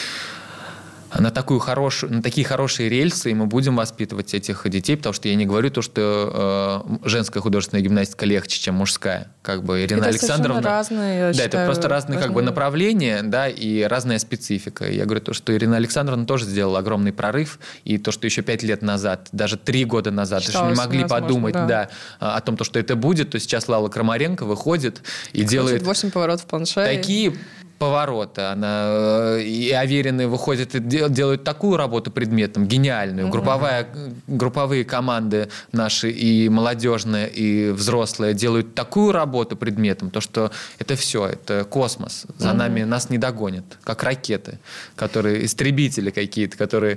B: на, такую хорошую, на такие хорошие рельсы, и мы будем воспитывать этих детей, потому что я не говорю то, что э, женская художественная гимнастика легче, чем мужская. Как бы Ирина
C: это
B: Александровна...
C: разные, я
B: да,
C: считаю,
B: это просто разные
C: возможно.
B: как бы направления, да, и разная специфика. Я говорю то, что Ирина Александровна тоже сделала огромный прорыв, и то, что еще пять лет назад, даже три года назад, еще не могли подумать, да. Да, о том, то, что это будет, то сейчас Лала Крамаренко выходит и делает...
C: восемь поворотов планшета.
B: Такие... поворота. Она и Аверины выходят и делают такую работу предметом, гениальную. Mm-hmm. Групповая, групповые команды наши и молодежные, и взрослые делают такую работу предметом, то что это все, это космос. За mm-hmm. нами нас не догонят, как ракеты, которые, истребители какие-то, которые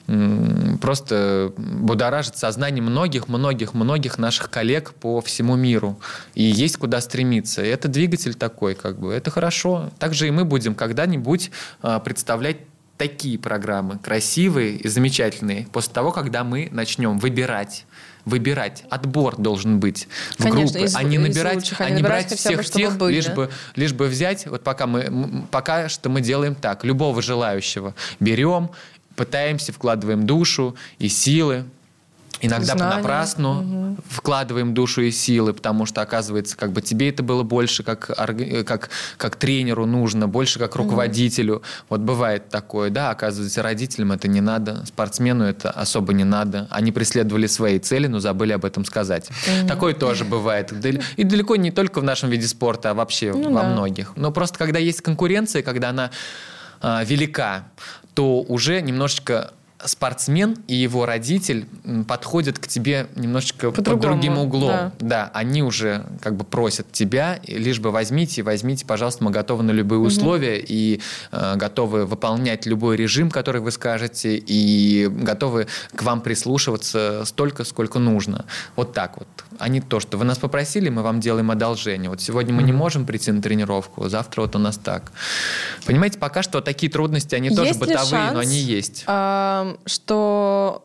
B: м- просто будоражат сознание многих-многих-многих наших коллег по всему миру. И есть куда стремиться. И это двигатель такой, как бы. Это хорошо. Также и мы будем когда-нибудь а, представлять такие программы, красивые и замечательные, после того, когда мы начнем выбирать. Выбирать. Отбор должен быть в
C: Конечно,
B: группы,
C: из,
B: а не набирать,
C: лучших,
B: а
C: а
B: не
C: не
B: брать
C: хотя бы,
B: всех тех,
C: быть,
B: лишь,
C: да?
B: бы, лишь бы взять, вот пока мы, пока что мы делаем так, любого желающего берем, пытаемся, вкладываем душу и силы, иногда
C: Знания.
B: понапрасну угу. вкладываем душу и силы, потому что, оказывается, как бы тебе это было больше как, как, как тренеру нужно, больше как руководителю. Угу. Вот бывает такое, да, оказывается, родителям это не надо, спортсмену это особо не надо. Они преследовали свои цели, но забыли об этом сказать. Угу. Такое тоже бывает. И далеко не только в нашем виде спорта, а вообще ну, во да. многих. Но просто когда есть конкуренция, когда она а, велика, то уже немножечко... спортсмен и его родитель подходят к тебе немножечко под другим углом. Да. да, они уже как бы просят тебя, лишь бы возьмите, возьмите, пожалуйста, мы готовы на любые угу. условия и э, готовы выполнять любой режим, который вы скажете, и готовы к вам прислушиваться столько, сколько нужно. Вот так вот. А не то, что вы нас попросили, мы вам делаем одолжение. Вот сегодня мы угу. не можем прийти на тренировку, завтра вот у нас так. Понимаете, пока что такие трудности, они есть тоже бытовые, шанс, но они есть.
C: А- что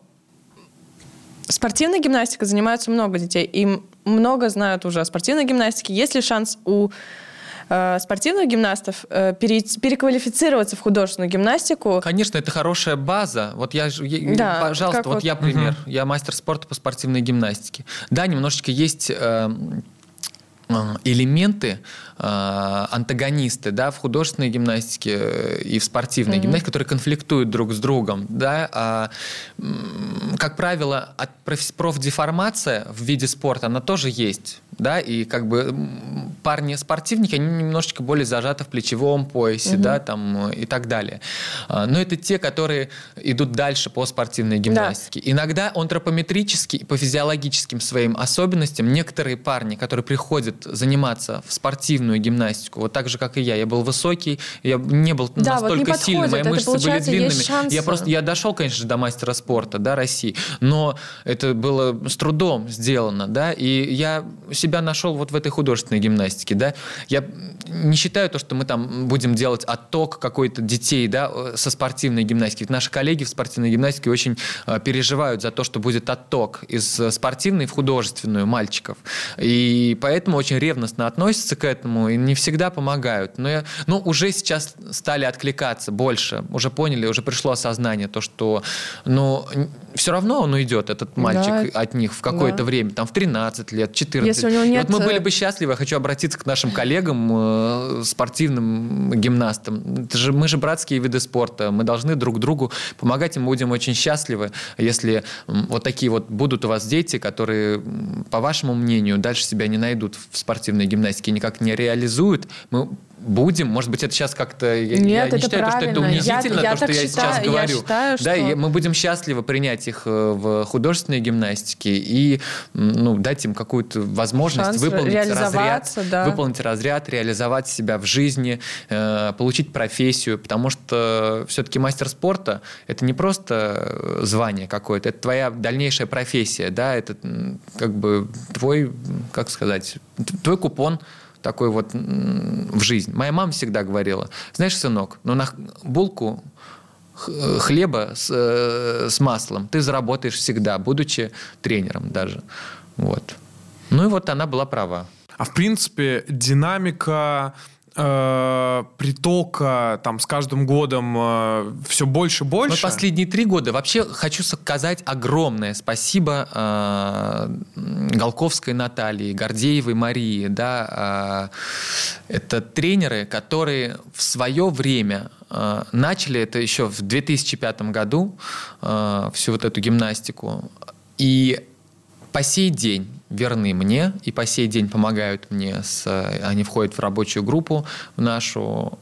C: спортивной гимнастикой занимаются много детей, и много знают уже о спортивной гимнастике. Есть ли шанс у э, спортивных гимнастов э, пере, переквалифицироваться в художественную гимнастику?
B: Конечно, это хорошая база. Вот я, я
C: да,
B: пожалуйста, вот, вот я пример. Угу. Я мастер спорта по спортивной гимнастике. Да, немножечко есть... Э, элементы, э, антагонисты, да, в художественной гимнастике и в спортивной mm-hmm. гимнастике, которые конфликтуют друг с другом, да, а, как правило, от профдеформация в виде спорта, она тоже есть. Да, и как бы парни-спортивники, они немножечко более зажаты в плечевом поясе, угу. да, там, и так далее. Но это те, которые идут дальше по спортивной гимнастике. Да. Иногда антропометрически, по физиологическим своим особенностям, некоторые парни, которые приходят заниматься в спортивную гимнастику, вот так же, как и я, я был высокий, я не был да, настолько вот не сильным, мои мышцы были длинными. Я просто, я дошел, конечно же, до мастера спорта, да, России, но это было с трудом сделано, да, и я себя нашел вот в этой художественной гимнастике, да. Я не считаю то, что мы там будем делать отток какой-то детей, да, со спортивной гимнастики. Ведь наши коллеги в спортивной гимнастике очень э, переживают за то, что будет отток из спортивной в художественную мальчиков. И поэтому очень ревностно относятся к этому и не всегда помогают. Но, я, но уже сейчас стали откликаться больше, уже поняли, уже пришло осознание, то, что ну, все равно он уйдет, этот мальчик, да, от них в какое-то да. время, там в тринадцать лет, четырнадцать. Если у него нет... Вот мы были бы счастливы, я хочу обратиться к нашим коллегам, э, спортивным гимнастам. Это же, мы же братские виды спорта, мы должны друг другу помогать, и мы будем очень счастливы, если вот такие вот будут у вас дети, которые, по вашему мнению, дальше себя не найдут в спортивной гимнастике, никак не реализуют. Мы будем, может быть, это сейчас как-то...
C: Нет,
B: я
C: это
B: не считаю, то, что это унизительно,
C: я, я
B: то, что я
C: считаю,
B: сейчас говорю.
C: Я считаю,
B: да,
C: что...
B: и мы будем счастливы принять их в художественной гимнастике и ну, дать им какую-то возможность
C: шанс
B: выполнить разряд,
C: да.
B: выполнить разряд, реализовать себя в жизни, э, получить профессию, потому что все-таки мастер спорта – это не просто звание какое-то, это твоя дальнейшая профессия, да, это как бы твой, как сказать, твой купон такой вот в жизнь. Моя мама всегда говорила, знаешь, сынок, ну на булку хлеба с, с маслом ты заработаешь всегда, будучи тренером даже. Вот. Ну и вот она была права.
A: А в принципе динамика э, притока там с каждым годом э, все больше и больше.
B: Но последние три года вообще хочу сказать огромное спасибо э, Голковской Наталье, Гордеевой Марии. Да, э, это тренеры, которые в свое время э, начали это еще в две тысячи пятом году, э, всю вот эту гимнастику. И по сей день верны мне и по сей день помогают мне. С, они входят в рабочую группу в нашу.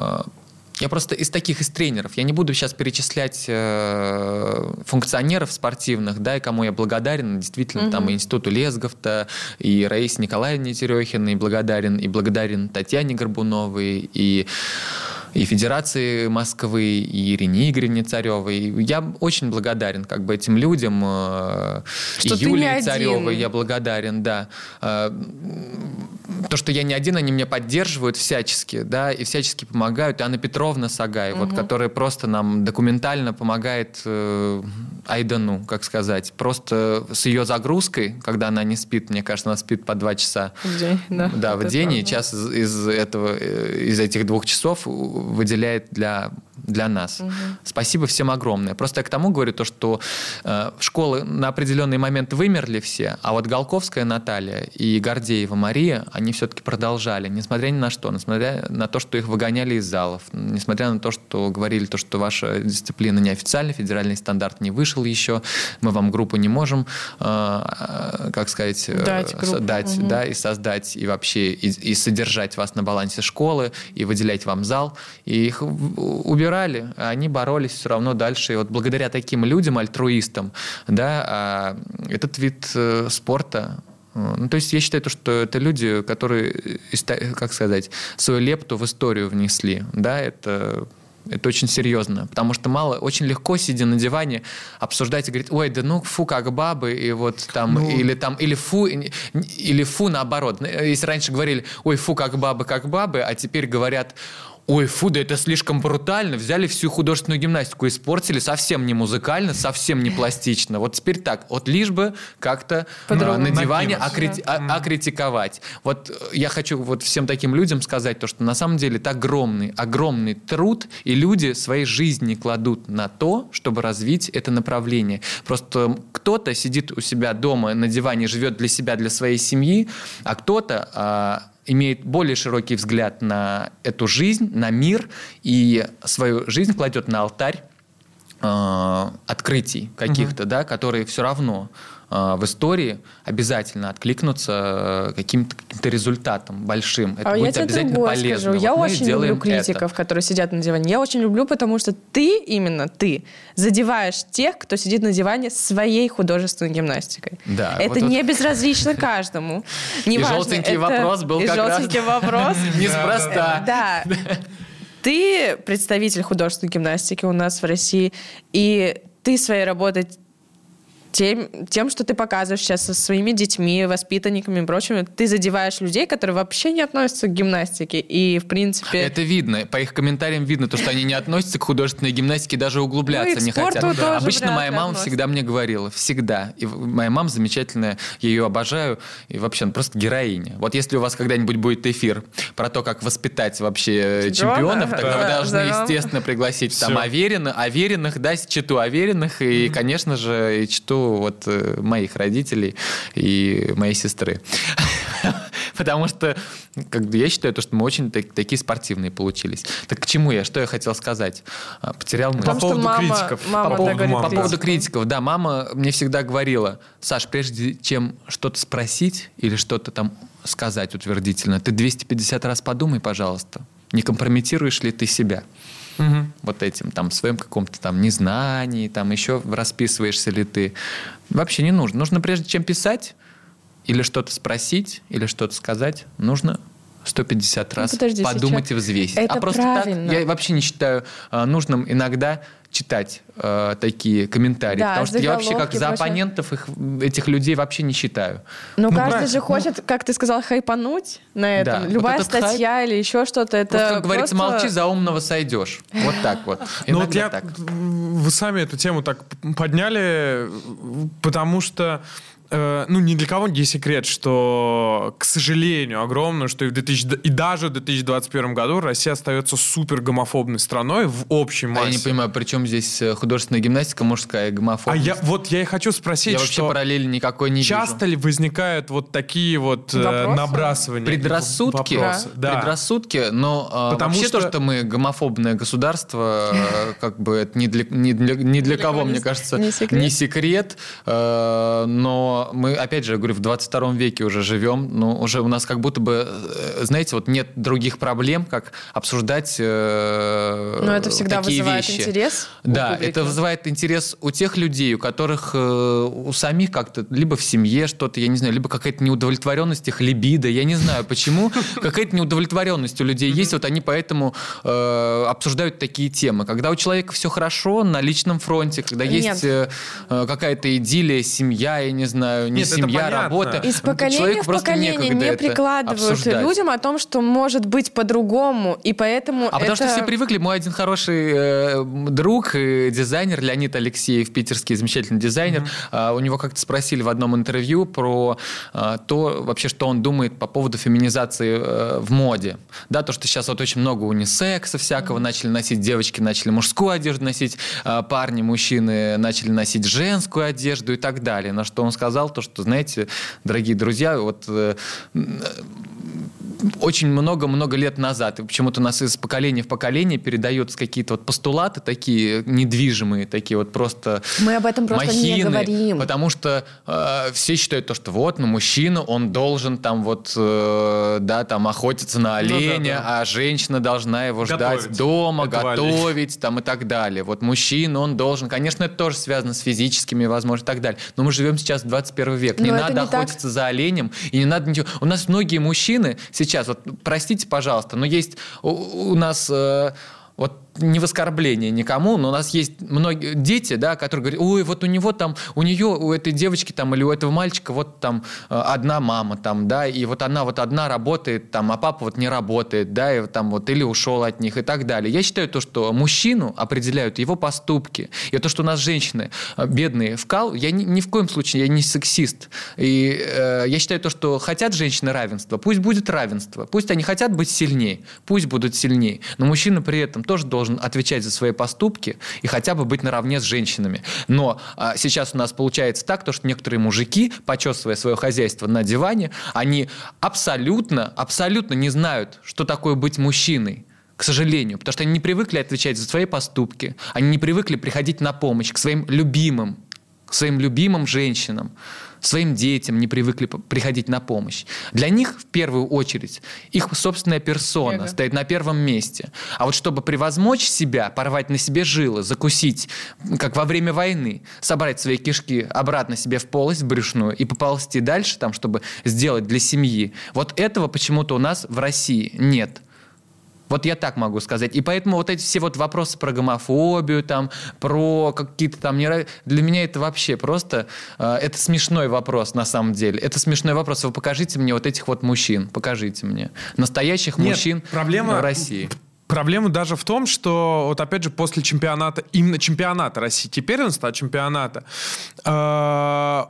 B: Я просто из таких, из тренеров, я не буду сейчас перечислять функционеров спортивных, да, и кому я благодарен, действительно, угу. там и Институту Лесговта, и Раисе Николаевне Терехиной благодарен, и благодарен Татьяне Горбуновой, и и Федерации Москвы, и Ирине Игоревне Царевой. Я очень благодарен как бы этим людям. Что и Юлии Царевой я благодарен, да. То, что я не один, они меня поддерживают всячески, да, и всячески помогают. И Анна Петровна Сагай, угу. вот, которая просто нам документально помогает э, Айдану, как сказать. Просто с ее загрузкой, когда она не спит, мне кажется, она спит по два часа.
C: В день, да.
B: Да, в день, и час из, из, этого, из этих двух часов выделяет для, для нас. Угу. Спасибо всем огромное. Просто я к тому говорю, то, что э, школы на определенный момент вымерли все, а вот Голковская Наталья и Гордеева Мария, они все-таки продолжали, несмотря ни на что, несмотря на то, что их выгоняли из залов, несмотря на то, что говорили, то, что ваша дисциплина неофициальная, федеральный стандарт не вышел еще, мы вам группу не можем, э, как сказать,
C: дать,
B: э, дать угу. да, и создать, и вообще и, и содержать вас на балансе школы, и выделять вам зал. И их убирали, а они боролись все равно дальше. И вот благодаря таким людям, альтруистам, да, этот вид спорта. Ну, то есть я считаю, что это люди, которые, как сказать, свою лепту в историю внесли. Да, это... Это очень серьезно, потому что мало, очень легко, сидя на диване, обсуждать и говорить, ой, да ну фу, как бабы, и вот там, ну... или там, или фу, или фу наоборот. Если раньше говорили, ой, фу, как бабы, как бабы, а теперь говорят, ой, фу, да это слишком брутально, взяли всю художественную гимнастику, испортили, совсем не музыкально, совсем не пластично. Вот теперь так, вот лишь бы как-то на, на диване окрити- да. окритиковать. Вот я хочу вот всем таким людям сказать то, что на самом деле это огромный, огромный труд, и люди своей жизни кладут на то, чтобы развить это направление. Просто кто-то сидит у себя дома на диване, живет для себя, для своей семьи, а кто-то... А, имеет более широкий взгляд на эту жизнь, на мир, и свою жизнь кладет на алтарь э, открытий каких-то, угу. да, которые все равно в истории обязательно откликнуться каким-то, каким-то результатом большим. Это
C: а
B: будет
C: я
B: обязательно
C: тебе
B: полезно.
C: Скажу.
B: Вот
C: я очень люблю критиков,
B: это.
C: которые сидят на диване. Я очень люблю, потому что ты, именно ты, задеваешь тех, кто сидит на диване своей художественной гимнастикой.
B: Да,
C: это
B: вот
C: не
B: вот.
C: безразлично каждому.
B: И желтенький вопрос был как раз
C: вопрос.
B: Неспроста.
C: Да. Ты представитель художественной гимнастики у нас в России, и ты своей работой Тем, тем, что ты показываешь сейчас со своими детьми, воспитанниками и прочими, ты задеваешь людей, которые вообще не относятся к гимнастике. И, в принципе...
B: Это видно. По их комментариям видно, то, что они не относятся к художественной гимнастике, даже углубляться
C: ну,
B: не хотят.
C: Ну, да.
B: Обычно моя мама относится. всегда мне говорила. Всегда. И моя мама замечательная, я ее обожаю. И вообще, она просто героиня. Вот если у вас когда-нибудь будет эфир про то, как воспитать вообще чемпионов, тогда да. вы должны, да. естественно, пригласить Все. там Аверина, Авериных, да, читу Авериных, и, mm-hmm. конечно же, и читу вот моих родителей и моей сестры. Потому что как бы, я считаю, что мы очень так, такие спортивные получились. Так к чему я? Что я хотел сказать? Потерял мысль.
A: По поводу мама, критиков.
C: Мама
B: по, поводу,
C: мама.
B: по поводу критиков. Да, мама мне всегда говорила: Саш, прежде чем что-то спросить или что-то там сказать утвердительно, ты двести пятьдесят раз подумай, пожалуйста, не компрометируешь ли ты себя. Угу. Вот этим, там, своим каком-то там незнании, там, еще расписываешься ли ты. Вообще не нужно. Нужно, прежде чем писать, или что-то спросить, или что-то сказать, нужно сто пятьдесят раз ну, подожди, подумать и взвесить.
C: Это
B: а просто
C: правильно.
B: так я вообще не считаю а, нужным иногда читать э, такие комментарии,
C: да,
B: потому что я вообще как за
C: прочее.
B: оппонентов их, этих людей вообще не считаю.
C: Ну,
B: ну
C: каждый
B: правильно.
C: же хочет, как ты сказал, хайпануть на этом.
B: Да.
C: Любая
B: вот
C: статья хайп, или еще что-то. Это
B: просто, как говорится,
C: просто...
B: молчи, за умного сойдешь. Вот так вот.
A: Ну вот я, вы сами эту тему так подняли, потому что ну, ни для кого не секрет, что, к сожалению, огромное, что и, в две тысячи, и даже в две тысячи двадцать первом году Россия остается супер гомофобной страной в общей массе.
B: А я не понимаю, при чем здесь художественная гимнастика, мужская гомофобность?
A: А я, вот я и хочу спросить,
B: я
A: что...
B: вообще параллели никакой не
A: часто
B: вижу.
A: ли возникают вот такие вот Вопросы? набрасывания?
B: Предрассудки?
A: Вопросы, да.
B: Предрассудки, но Потому вообще что... то, что мы гомофобное государство, как бы это ни для, ни для, ни для кого, мне кажется, не секрет, не секрет но мы, опять же, говорю, в двадцать втором веке уже живем, но уже у нас как будто бы, знаете, вот нет других проблем, как обсуждать э,
C: но это всегда
B: такие
C: вызывает
B: вещи.
C: интерес.
B: Да, это вызывает интерес у тех людей, у которых э, у самих как-то либо в семье что-то, я не знаю, либо какая-то неудовлетворенность их либидо, я не знаю почему, какая-то неудовлетворенность у людей есть, вот они поэтому э, обсуждают такие темы. Когда у человека все хорошо на личном фронте, когда есть э, какая-то идиллия, семья, я не знаю, не
A: Нет,
B: семья, работа.
C: Из поколения в поколение не прикладывают обсуждать. людям о том, что может быть по-другому, и поэтому
B: А
C: это...
B: потому что все привыкли. Мой один хороший э, друг, э, дизайнер Леонид Алексеев, питерский замечательный дизайнер, mm-hmm. э, у него как-то спросили в одном интервью про э, то, вообще, что он думает по поводу феминизации э, в моде. Да, то, что сейчас вот очень много унисекса всякого, mm-hmm. начали носить девочки, начали мужскую одежду носить, э, парни, мужчины начали носить женскую одежду и так далее. На что он сказал, то, что, знаете, дорогие друзья, вот э, очень много-много лет назад, и почему-то у нас из поколения в поколение передаются какие-то вот постулаты такие недвижимые, такие вот просто
C: мы об этом просто
B: махины,
C: не говорим.
B: Потому что э, все считают то, что вот, ну, мужчина, он должен там вот, э, да, там охотиться на оленя, ну, да, да. а женщина должна его готовить. ждать дома, это готовить, валить. там и так далее. Вот мужчина, он должен, конечно, это тоже связано с физическими возможностями и так далее, но мы живем сейчас в двадцать первом веке. Не надо не охотиться так. за оленем, и не надо ничего. У нас многие мужчины сейчас, вот простите, пожалуйста, но есть у, у нас э, вот не в оскорбление никому, но у нас есть многие дети, да, которые говорят, ой, вот у него там, у нее, у этой девочки там или у этого мальчика вот там одна мама там, да, и вот она вот одна работает там, а папа вот не работает, да, и там вот или ушел от них и так далее. Я считаю то, что мужчину определяют его поступки. И то, что у нас женщины бедные вкал, я ни, ни в коем случае, я не сексист. И э, я считаю то, что хотят женщины равенства, пусть будет равенство. Пусть они хотят быть сильнее, пусть будут сильнее. Но мужчина при этом тоже должен отвечать за свои поступки и хотя бы быть наравне с женщинами. Но а, сейчас у нас получается так, то, что некоторые мужики, почесывая свое хозяйство на диване, они абсолютно, абсолютно не знают, что такое быть мужчиной. к сожалению, потому что они не привыкли отвечать за свои поступки, они не привыкли приходить на помощь к своим любимым, к своим любимым женщинам, своим детям не привыкли приходить на помощь. Для них, в первую очередь, их собственная персона Эго. стоит на первом месте. А вот чтобы превозмочь себя, порвать на себе жилы, закусить, как во время войны, собрать свои кишки обратно себе в полость брюшную и поползти дальше, там, чтобы сделать для семьи, вот этого почему-то у нас в России нет. Вот я так могу сказать. И поэтому вот эти все вот вопросы про гомофобию, там, про какие-то там... Нерав... Для меня это вообще просто... Э, это смешной вопрос на самом деле. Это смешной вопрос. Вы покажите мне вот этих вот мужчин. Покажите мне. Настоящих Нет, мужчин проблема... в России.
A: Проблема даже в том, что вот опять же после чемпионата, именно чемпионата России, теперь он стал чемпионата, э,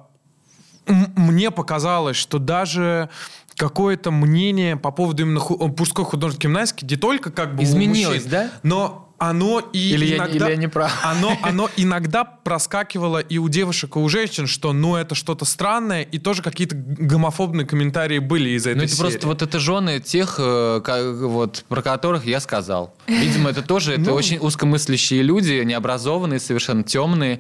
A: мне показалось, что даже... какое-то мнение по поводу именно мужской художественной гимнастики не только как бы
B: изменилось,
A: мужчин,
B: да?
A: Но оно и
B: или
A: иногда...
B: Я, или я не прав.
A: Оно, оно иногда проскакивало и у девушек, и у женщин, что ну это что-то странное, и тоже какие-то гомофобные комментарии были из этой
B: ну, это
A: серии.
B: Просто вот это жены тех, вот, про которых я сказал. Видимо, это тоже это очень узкомыслящие люди, необразованные, совершенно темные,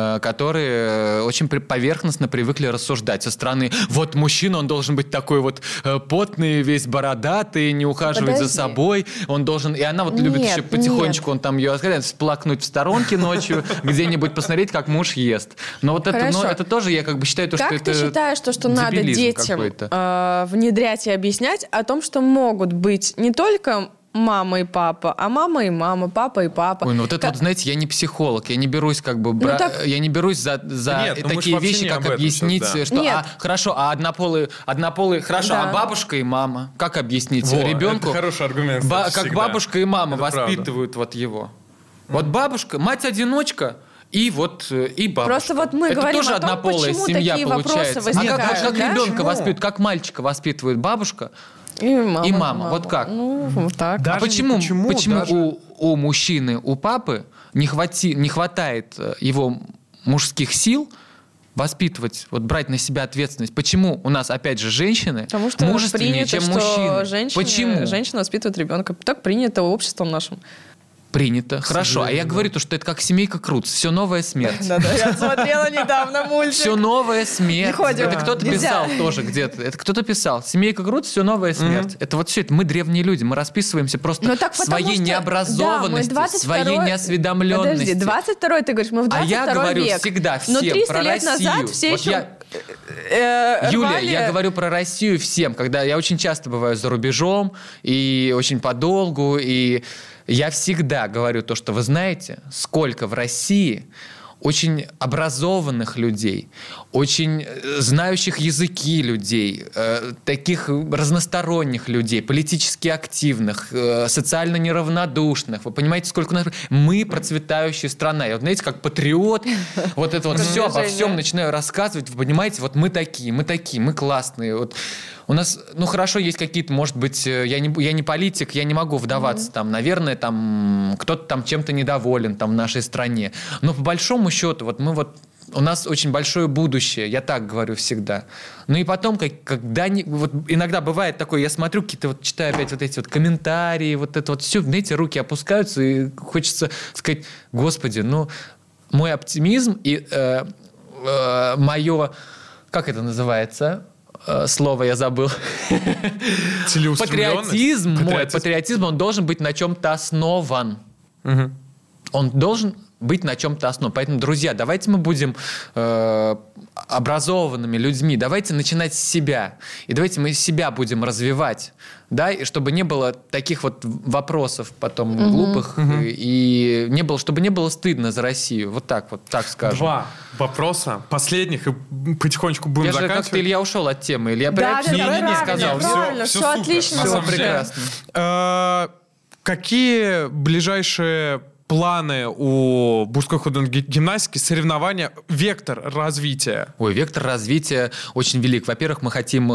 B: которые очень поверхностно привыкли рассуждать со стороны. Вот мужчина, он должен быть такой вот потный, весь бородатый, не ухаживать Подожди. за собой. Он должен... И она вот нет, любит еще потихонечку, нет. он там ее сплакнуть в сторонке ночью, где-нибудь посмотреть, как муж ест. Но вот это, ну, это тоже, я как бы считаю, то,
C: как
B: что это
C: Как ты считаешь, что, что надо детям э, внедрять и объяснять о том, что могут быть не только... мама и папа, а мама и мама, папа и папа.
B: Ой, ну вот это как... вот, знаете, я не психолог, я не берусь как бы, бра... ну, так... я не берусь за, за Нет, такие вещи, как объяснить, сейчас, да. что,
C: Нет.
B: а, хорошо, а однополые, однополые, хорошо, да. а бабушка и мама, как объяснить Во, ребенку?
A: Это хороший аргумент.
B: Ба- как бабушка и мама это воспитывают правда. вот его. Mm. Вот бабушка, мать-одиночка, и вот и бабушка.
C: Просто вот мы
B: это
C: говорим
B: тоже
C: о том,
B: однополая
C: почему
B: семья
C: такие
B: получается.
C: вопросы возникают.
B: А как, как
C: да?
B: ребенка
C: Почему?
B: воспитывают, как мальчика воспитывает бабушка
C: и мама.
B: И мама.
C: мама.
B: Вот как?
C: Ну, вот так.
B: Даже а почему, почему, почему
A: даже...
B: у, у мужчины, у папы не, хвати, не хватает его мужских сил воспитывать, вот брать на себя ответственность? Почему у нас, опять же, женщины
C: Потому что
B: мужественнее,
C: принято,
B: чем
C: что
B: мужчины?
C: Женщины,
B: Почему?
C: Женщина воспитывает ребенка. Так принято обществом нашим.
B: Принято. Хорошо. А я да. говорю, то, что это как семейка Крудс. Все новая смерть.
C: Да-да, я смотрела недавно мультик.
B: Все новая смерть. Это кто-то
C: Нельзя.
B: писал тоже где-то. Это кто-то писал. Семейка Крудс, все новая смерть. Mm-hmm. Это вот все это. Мы древние люди. Мы расписываемся просто
C: так
B: своей
C: что,
B: необразованности,
C: да,
B: своей неосведомленности.
C: Подожди, двадцать второй ты говоришь, мы в двадцать второй
B: век. А я говорю
C: век.
B: всегда всем
C: Но триста
B: про
C: лет
B: Россию.
C: назад все
B: вот
C: еще...
B: Я...
C: Э,
B: Юля,
C: рвали...
B: я говорю про Россию всем, когда я очень часто бываю за рубежом и очень подолгу, и я всегда говорю то, что вы знаете, сколько в России очень образованных людей, очень знающих языки людей, э, таких разносторонних людей, политически активных, э, социально неравнодушных. Вы понимаете, сколько у нас... Мы процветающая страна. Я вот, знаете, как патриот, вот это вот все обо всем начинаю рассказывать. Вы понимаете, вот мы такие, мы такие, мы классные. Вот у нас, ну хорошо, есть какие-то, может быть, я не, я не политик, я не могу вдаваться mm-hmm. там, наверное, там кто-то там чем-то недоволен там в нашей стране. Но по большому счету, вот мы вот, у нас очень большое будущее, я так говорю всегда. Ну и потом, как, когда, вот иногда бывает такое, я смотрю, какие-то вот, читаю опять вот эти вот комментарии, вот это вот все, знаете, руки опускаются, и хочется сказать, господи, ну, мой оптимизм и э, э, мое, как это называется, слово я забыл. Патриотизм, мой патриотизм, он должен быть на чем-то основан. Угу. Он должен быть на чем-то основан. Поэтому, друзья, давайте мы будем э, образованными людьми. Давайте начинать с себя. И давайте мы себя будем развивать. Да, и чтобы не было таких вот вопросов потом угу. глупых, угу. и, и не было, чтобы не было стыдно за Россию. Вот так вот, так скажем.
A: Два вопроса, последних, и потихонечку будем
B: я
A: заканчивать.
B: Я же как-то Илья ушел от темы. Илья
C: да,
B: прям
C: да,
B: не, не, не сказал.
C: Правильно, все, все, все отлично.
B: Все прекрасно.
A: Какие ближайшие планы у мужской художественной гимнастики, соревнования, вектор развития?
B: Ой, вектор развития очень велик. Во-первых, мы хотим...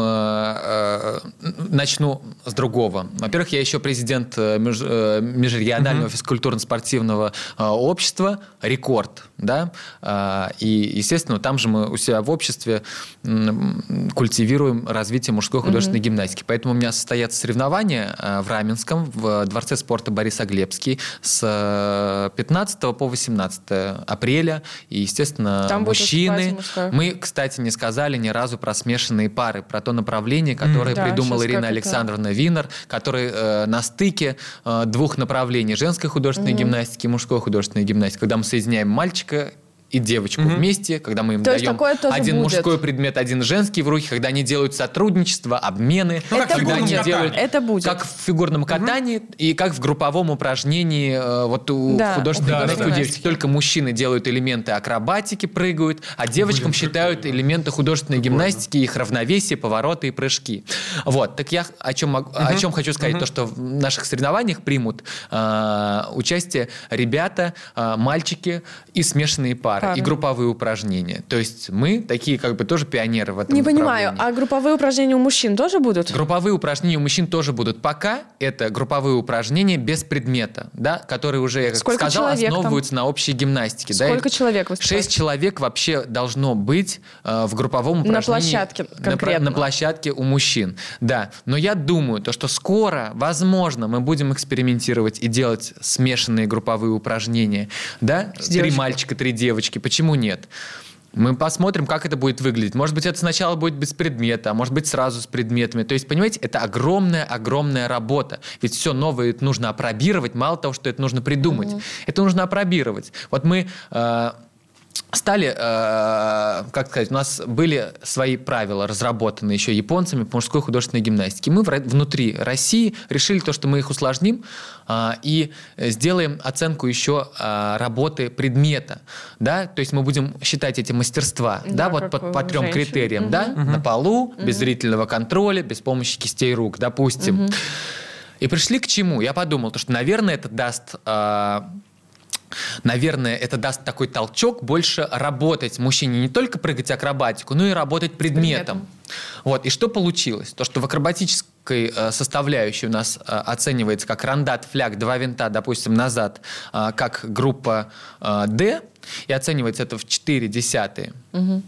B: Э, э, начну с другого. Во-первых, я еще президент меж, э, межрегионального uh-huh. физкультурно-спортивного э, общества «Рекорд». Да? Э, и, естественно, там же мы у себя в обществе э, культивируем развитие мужской художественной uh-huh. гимнастики. Поэтому у меня состоятся соревнования э, в Раменском, в Дворце спорта Борисоглебский с пятнадцатого по восемнадцатое апреля. И, естественно, там мужчины. Мы, кстати, не сказали ни разу про смешанные пары, про то направление, которое mm, придумала да, Ирина Александровна это... Винер, который э, на стыке э, двух направлений: женской художественной mm-hmm. гимнастики и мужской художественной гимнастики, когда мы соединяем мальчика и девочку mm-hmm. вместе, когда мы им то даем один будет. Мужской предмет, один женский в руки, когда они делают сотрудничество, обмены, ну,
C: это
B: когда
C: будет.
B: они делают
C: это будет.
B: Как в фигурном катании mm-hmm. и как в групповом упражнении вот у
C: да.
B: художественной
A: да,
B: гимнастики
A: да,
B: у девочек. Только мужчины делают элементы акробатики, прыгают, а девочкам Блин, считают прикольно. элементы художественной прикольно. гимнастики, их равновесие, повороты и прыжки. Вот, так я о чем, mm-hmm. о чем хочу сказать, mm-hmm. то, что в наших соревнованиях примут э, участие ребята, э, мальчики и смешанные пары, Пара. и групповые упражнения. упражнения. То есть мы такие как бы тоже пионеры в этом
C: Не понимаю, а групповые упражнения у мужчин тоже будут?
B: Групповые упражнения у мужчин тоже будут. Пока это групповые упражнения без предмета, да, которые уже, как
C: Сколько
B: сказал, основываются
C: там?
B: на общей гимнастике.
C: Сколько
B: да,
C: человек выступает?
B: Шесть человек вообще должно быть э, в групповом упражнении.
C: На площадке конкретно?
B: На, на площадке у мужчин, да. Но я думаю, то, что скоро, возможно, мы будем экспериментировать и делать смешанные групповые упражнения. Да? Три мальчика, три девочки. Почему нет? Мы посмотрим, как это будет выглядеть. Может быть, это сначала будет без предмета, а может быть, сразу с предметами. То есть, понимаете, это огромная-огромная работа. Ведь все новое это нужно апробировать. Мало того, что это нужно придумать. Mm-hmm. Это нужно апробировать. Вот мы... Э- Стали, э, как сказать, у нас были свои правила, разработанные еще японцами по мужской художественной гимнастике. Мы в, внутри России решили то, что мы их усложним э, и сделаем оценку еще э, работы предмета. Да? То есть мы будем считать эти мастерства да, да, вот по, по трем женщин. критериям. Угу. Да? Угу. На полу, угу. без зрительного контроля, без помощи кистей рук, допустим. Угу. И пришли к чему? Я подумал, то, что, наверное, это даст... Э, Наверное, это даст такой толчок больше работать мужчине, не только прыгать акробатику, но и работать предметом. предметом. Вот. И что получилось? То, что в акробатической э, составляющей у нас э, оценивается как рандат, фляг, два винта, допустим, назад, э, как группа э, D, и оценивается это в четыре десятые, угу.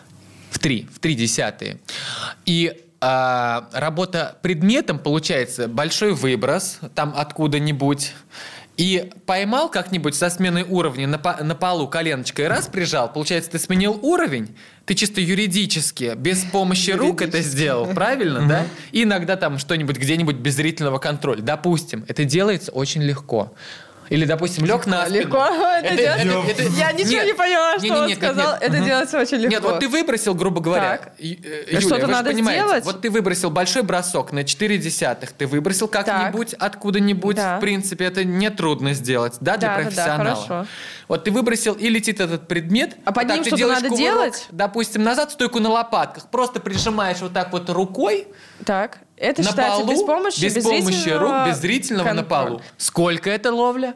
B: в три, в три десятые. И э, работа предметом получается большой выброс, там откуда-нибудь, и поймал как-нибудь со сменой уровня на, по- на полу коленочкой, раз прижал, получается, ты сменил уровень, ты чисто юридически, без помощи рук это сделал, правильно, да? И иногда там что-нибудь где-нибудь без зрительного контроля. Допустим, это делается очень легко. Или, допустим, лег на спину.
C: Легко это, это, это, это, это Я ничего нет, не поняла, что не, не, он нет, сказал. Нет, нет. Это угу. делается очень легко.
B: Нет, вот ты выбросил, грубо говоря, так. Юлия,
C: что-то
B: вы
C: надо
B: же понимаете,
C: сделать?
B: вот ты выбросил большой бросок на четыре десятых, ты выбросил как-нибудь, так. откуда-нибудь, да. в принципе, это нетрудно сделать, да, для да, профессионала. Да, хорошо. Вот ты выбросил, и летит этот предмет.
C: А под ним что-то надо кувырок, делать?
B: Допустим, назад, стойку на лопатках, просто прижимаешь вот так вот рукой.
C: Так, это
B: на
C: считается
B: полу,
C: без помощи,
B: без, без помощи рук, без зрительного контроля. На полу. Сколько это ловля?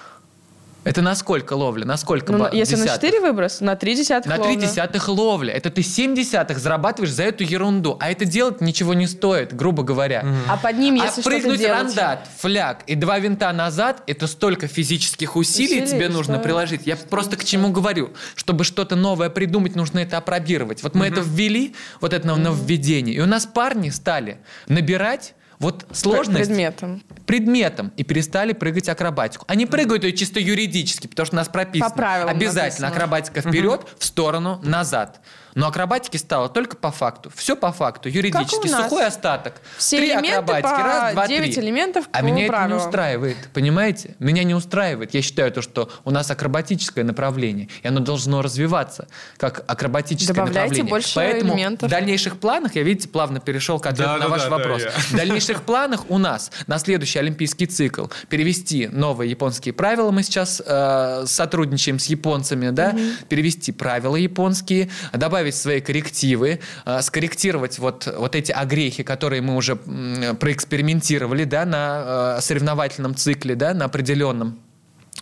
B: Это на сколько ловля? На сколько
C: ну,
B: ба-
C: если
B: десятых?
C: на четыре выброс, на три десятых
B: на
C: ловля.
B: три десятых ловля. Это ты семь десятых зарабатываешь за эту ерунду. А это делать ничего не стоит, грубо говоря.
C: Mm-hmm. А под ним, если
B: а
C: что-то
B: прыгнуть
C: делать...
B: рандат, фляг и два винта назад, это столько физических усилий, усилий тебе нужно что? приложить. Я просто к чему говорю. Чтобы что-то новое придумать, нужно это апробировать. Вот мы mm-hmm. это ввели, вот это mm-hmm. нововведение. И у нас парни стали набирать вот сложность
C: предметом.
B: предметом и перестали прыгать акробатику. Они прыгают ее чисто юридически, потому что у нас прописано.
C: По правилам
B: обязательно
C: написано.
B: Акробатика вперед, угу. в сторону, назад. Но акробатики стало только по факту. Все по факту. Юридически. Сухой остаток.
C: Все
B: три
C: элементы
B: акробатики.
C: По
B: раз, два,
C: девять
B: три.
C: элементов
B: а
C: по
B: меня
C: правилам.
B: Это не устраивает. Понимаете? Меня не устраивает. Я считаю, то, что у нас акробатическое направление, и оно должно развиваться как акробатическое
C: Добавляйте
B: направление.
C: больше
B: Поэтому
C: элементов.
B: в дальнейших планах, я, видите, плавно перешел к ответу
A: да,
B: на
A: да,
B: ваш
A: да,
B: вопрос.
A: Да,
B: в дальнейших планах у нас на следующий олимпийский цикл перевести новые японские правила. Мы сейчас э, сотрудничаем с японцами, да, угу. перевести правила японские, добавить свои коррективы, э, скорректировать вот, вот эти огрехи, которые мы уже м, проэкспериментировали, да, на э, соревновательном цикле, да, на определенном.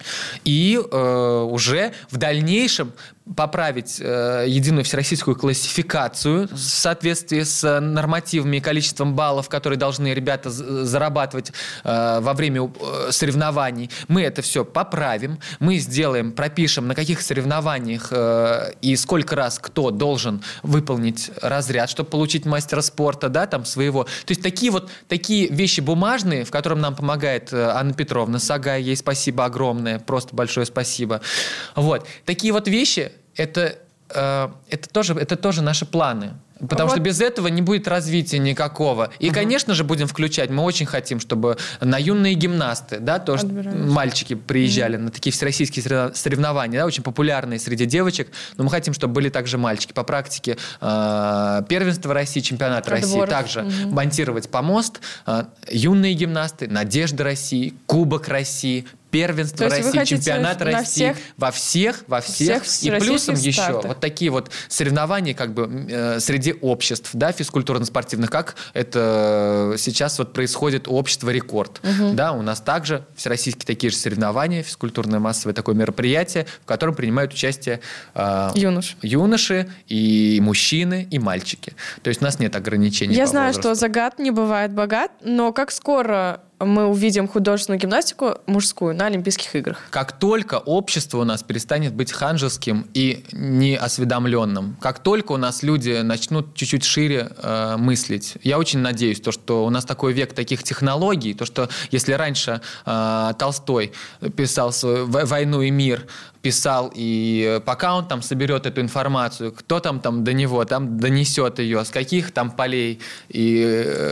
B: И э, уже в дальнейшем поправить э, единую всероссийскую классификацию в соответствии с нормативами и количеством баллов, которые должны ребята зарабатывать э, во время э, соревнований. Мы это все поправим, мы сделаем, пропишем, на каких соревнованиях э, и сколько раз кто должен выполнить разряд, чтобы получить мастера спорта, да, там своего. То есть такие вот такие вещи бумажные, в котором нам помогает Анна Петровна Сагай, ей спасибо огромное, просто большое спасибо. Вот. Такие вот вещи, это, э, это, тоже, это тоже наши планы. Потому вот. Что без этого не будет развития никакого. И, угу. конечно же, будем включать. Мы очень хотим, чтобы на юные гимнасты, да, тоже мальчики приезжали угу. на такие всероссийские соревнования, да, очень популярные среди девочек. Но мы хотим, чтобы были также мальчики. По практике э, первенство России, чемпионат Отбор. России. Также угу. монтировать помост. Э, юные гимнасты, Надежда России, Кубок России, первенство России, чемпионат России, всех, во всех, во всех, всех и плюсом еще стартах. Вот такие вот соревнования как бы э, среди обществ, да, физкультурно-спортивных, как это сейчас вот происходит у общества «Рекорд». Угу. Да, у нас также всероссийские такие же соревнования, физкультурное массовое такое мероприятие, в котором принимают участие э,
C: юноши.
B: юноши и мужчины, и мальчики. То есть у нас нет ограничений.
C: Я
B: по
C: знаю,
B: возрасту.
C: что загад не бывает богат, но как скоро мы увидим художественную гимнастику мужскую на Олимпийских играх?
B: Как только общество у нас перестанет быть ханжеским и неосведомленным, как только у нас люди начнут чуть-чуть шире э, мыслить, я очень надеюсь, то, что у нас такой век таких технологий, то, что если раньше э, Толстой писал свою «Войну и мир», писал, и пока он там соберет эту информацию, кто там, там до него там донесет ее, с каких там полей и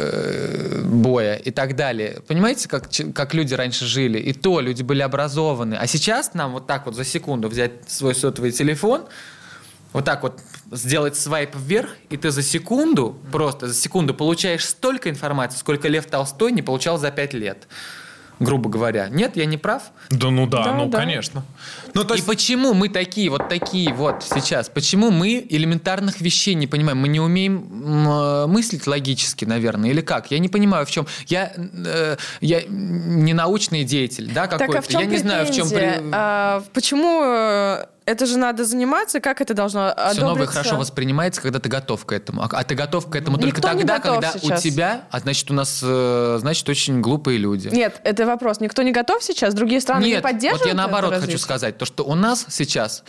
B: э, боя и так далее. Понимаете, как, как люди раньше жили? И то люди были образованы. А сейчас нам вот так вот за секунду взять свой сотовый телефон, вот так вот сделать свайп вверх, и ты за секунду, просто за секунду получаешь столько информации, сколько Лев Толстой не получал за пять лет. Грубо говоря. Нет, я не прав?
A: Да ну да,
C: да
A: ну
C: да.
A: конечно. Ну, то есть...
B: И почему мы такие, вот такие вот сейчас? Почему мы элементарных вещей не понимаем? Мы не умеем мыслить логически, наверное, или как? Я не понимаю, в чем... Я, э, я не научный деятель, да, какой-то.
C: Так, а в чем
B: я не знаю, в чем...
C: А, почему... Это же надо заниматься, как это должно одобриться?
B: Все новое хорошо воспринимается, когда ты готов к этому. А ты готов к этому
C: Никто
B: только тогда, когда
C: сейчас.
B: у тебя, а значит, у нас, значит, очень глупые люди.
C: Нет, это вопрос. Никто не готов сейчас? Другие страны
B: Нет,
C: не поддерживают?
B: Вот я наоборот
C: это
B: хочу сказать, то, что у нас сейчас...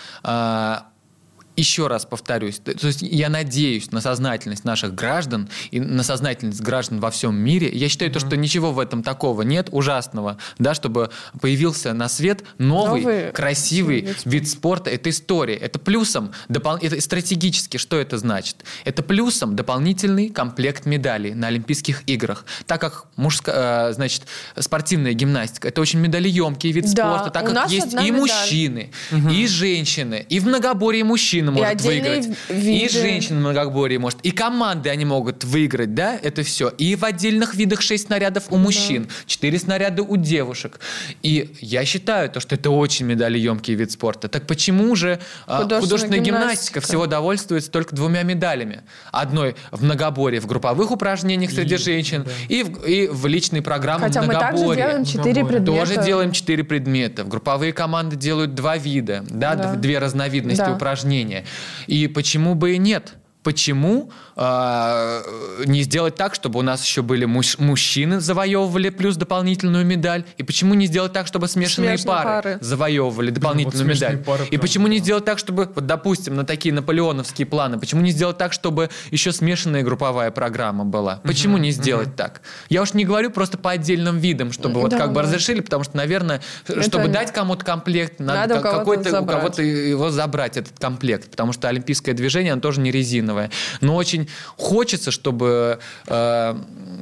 B: Еще раз повторюсь, то есть я надеюсь на сознательность наших граждан и на сознательность граждан во всем мире. Я считаю, mm-hmm. то, что ничего в этом такого нет, ужасного, да, чтобы появился на свет новый, новый красивый вид спорта. вид спорта. Это история. Это плюсом, допол... это стратегически, что это значит? Это плюсом дополнительный комплект медалей на Олимпийских играх. Так как мужская, значит, спортивная гимнастика, это очень медалеемкий вид да, спорта, так как есть и медаль. мужчины, mm-hmm. и женщины, и в многоборье мужчин может выиграть. Виды. И женщина в многоборье может. И команды они могут выиграть, да, это все. И в отдельных видах шесть снарядов у мужчин, четыре да. снаряда у девушек. И я считаю, то, что это очень медалеемкий вид спорта. Так почему же художественная, художественная гимнастика. гимнастика всего довольствуется только двумя медалями? Одной в многоборье, в групповых упражнениях среди и, женщин, да. и, в, и в личной программе
C: Хотя
B: многоборье.
C: мы также делаем четыре предмета.
B: Тоже делаем четыре предмета. В групповые команды делают два вида, да, да. две разновидности да. упражнения. И почему бы и нет? Почему э, не сделать так, чтобы у нас еще были муж, мужчины завоевывали плюс дополнительную медаль? И почему не сделать так, чтобы смешанные, смешанные пары, пары завоевывали дополнительную вот медаль? Пары, и почему не сделать так, чтобы, вот, допустим, на такие наполеоновские планы, почему не сделать так, чтобы еще смешанная групповая программа была? Почему uh-huh, не сделать uh-huh. так? Я уж не говорю просто по отдельным видам, чтобы вот да, как да. бы разрешили, потому что, наверное, это чтобы не... дать кому-то комплект, надо, надо какой-то, у кого-то его забрать, этот комплект, потому что олимпийское движение, оно тоже не резиновое. Но очень хочется, чтобы, э,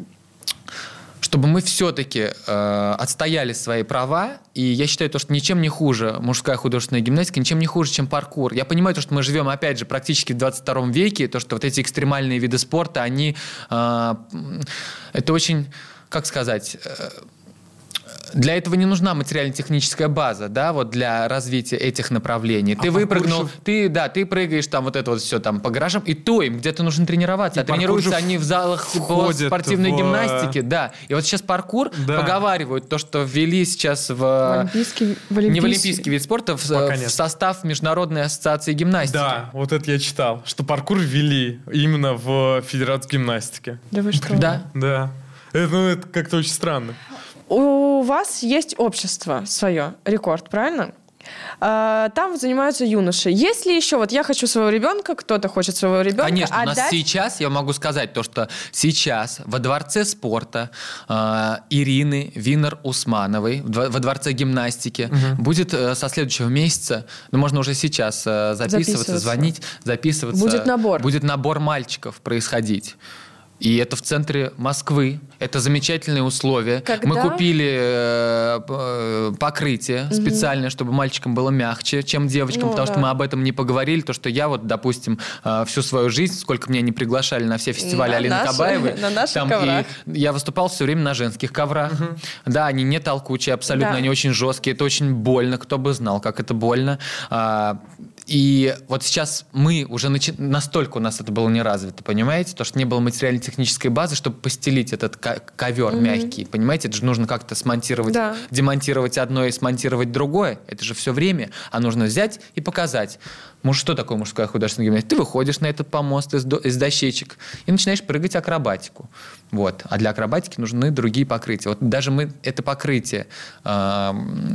B: чтобы мы все-таки э, отстояли свои права. И я считаю, то, что ничем не хуже мужская художественная гимнастика, ничем не хуже, чем паркур. Я понимаю, то, что мы живем, опять же, практически в двадцать втором веке, то, что вот эти экстремальные виды спорта, они... Э, это очень, как сказать... Э, Для этого не нужна материально-техническая база, да, вот для развития этих направлений.
A: А
B: ты выпрыгнул,
A: паркур...
B: ты, да, ты прыгаешь там вот это вот все там по гаражам, и то им где-то нужно тренироваться. И а тренируются они в залах по спортивной в... гимнастике, да. И вот сейчас паркур, да. поговаривают, то, что ввели сейчас в...
C: в, олимпийский, в олимпийский...
B: не в олимпийский вид спорта, в, в состав Международной ассоциации гимнастики.
A: Да, вот это я читал, что паркур ввели именно в Федерацию гимнастики.
C: Да вы что?
B: Да.
A: Да. Это, ну, это как-то очень странно.
C: У вас есть общество свое, Рекорд, правильно? Там занимаются юноши. Если еще, вот я хочу своего ребенка, кто-то хочет своего ребенка
B: Конечно,
C: отдать...
B: у нас сейчас, я могу сказать, то, что сейчас во Дворце спорта э, Ирины Винер-Усмановой, во Дворце гимнастики, угу. будет э, со следующего месяца, ну, можно уже сейчас э, записываться, записываться, звонить, записываться.
C: Будет набор.
B: Будет набор мальчиков происходить. И это в центре Москвы. Это замечательные условия.
C: Когда?
B: Мы купили э, покрытие угу. специальное, чтобы мальчикам было мягче, чем девочкам, ну, потому да. что мы об этом не поговорили. То, что я вот, допустим, э, всю свою жизнь, сколько меня не приглашали на все фестивали на Алины наши, Кабаевой,
C: на наших
B: там,
C: коврах.
B: И я выступал все время на женских коврах. Угу. Да, они не толкучие абсолютно,
C: да.
B: они очень жесткие. Это очень больно. Кто бы знал, как это больно. А, и вот сейчас мы уже начи... настолько у нас это было не развито, понимаете? То, что не было материально-технической базы, чтобы постелить этот ковер mm-hmm. мягкий, понимаете? Это же нужно как-то смонтировать, да. демонтировать одно и смонтировать другое. Это же все время. А нужно взять и показать. Может, что такое мужская художественная гимнастика? Ты выходишь на этот помост из, до... из дощечек и начинаешь прыгать акробатику. Вот. А для акробатики нужны другие покрытия. Вот даже мы это покрытие э,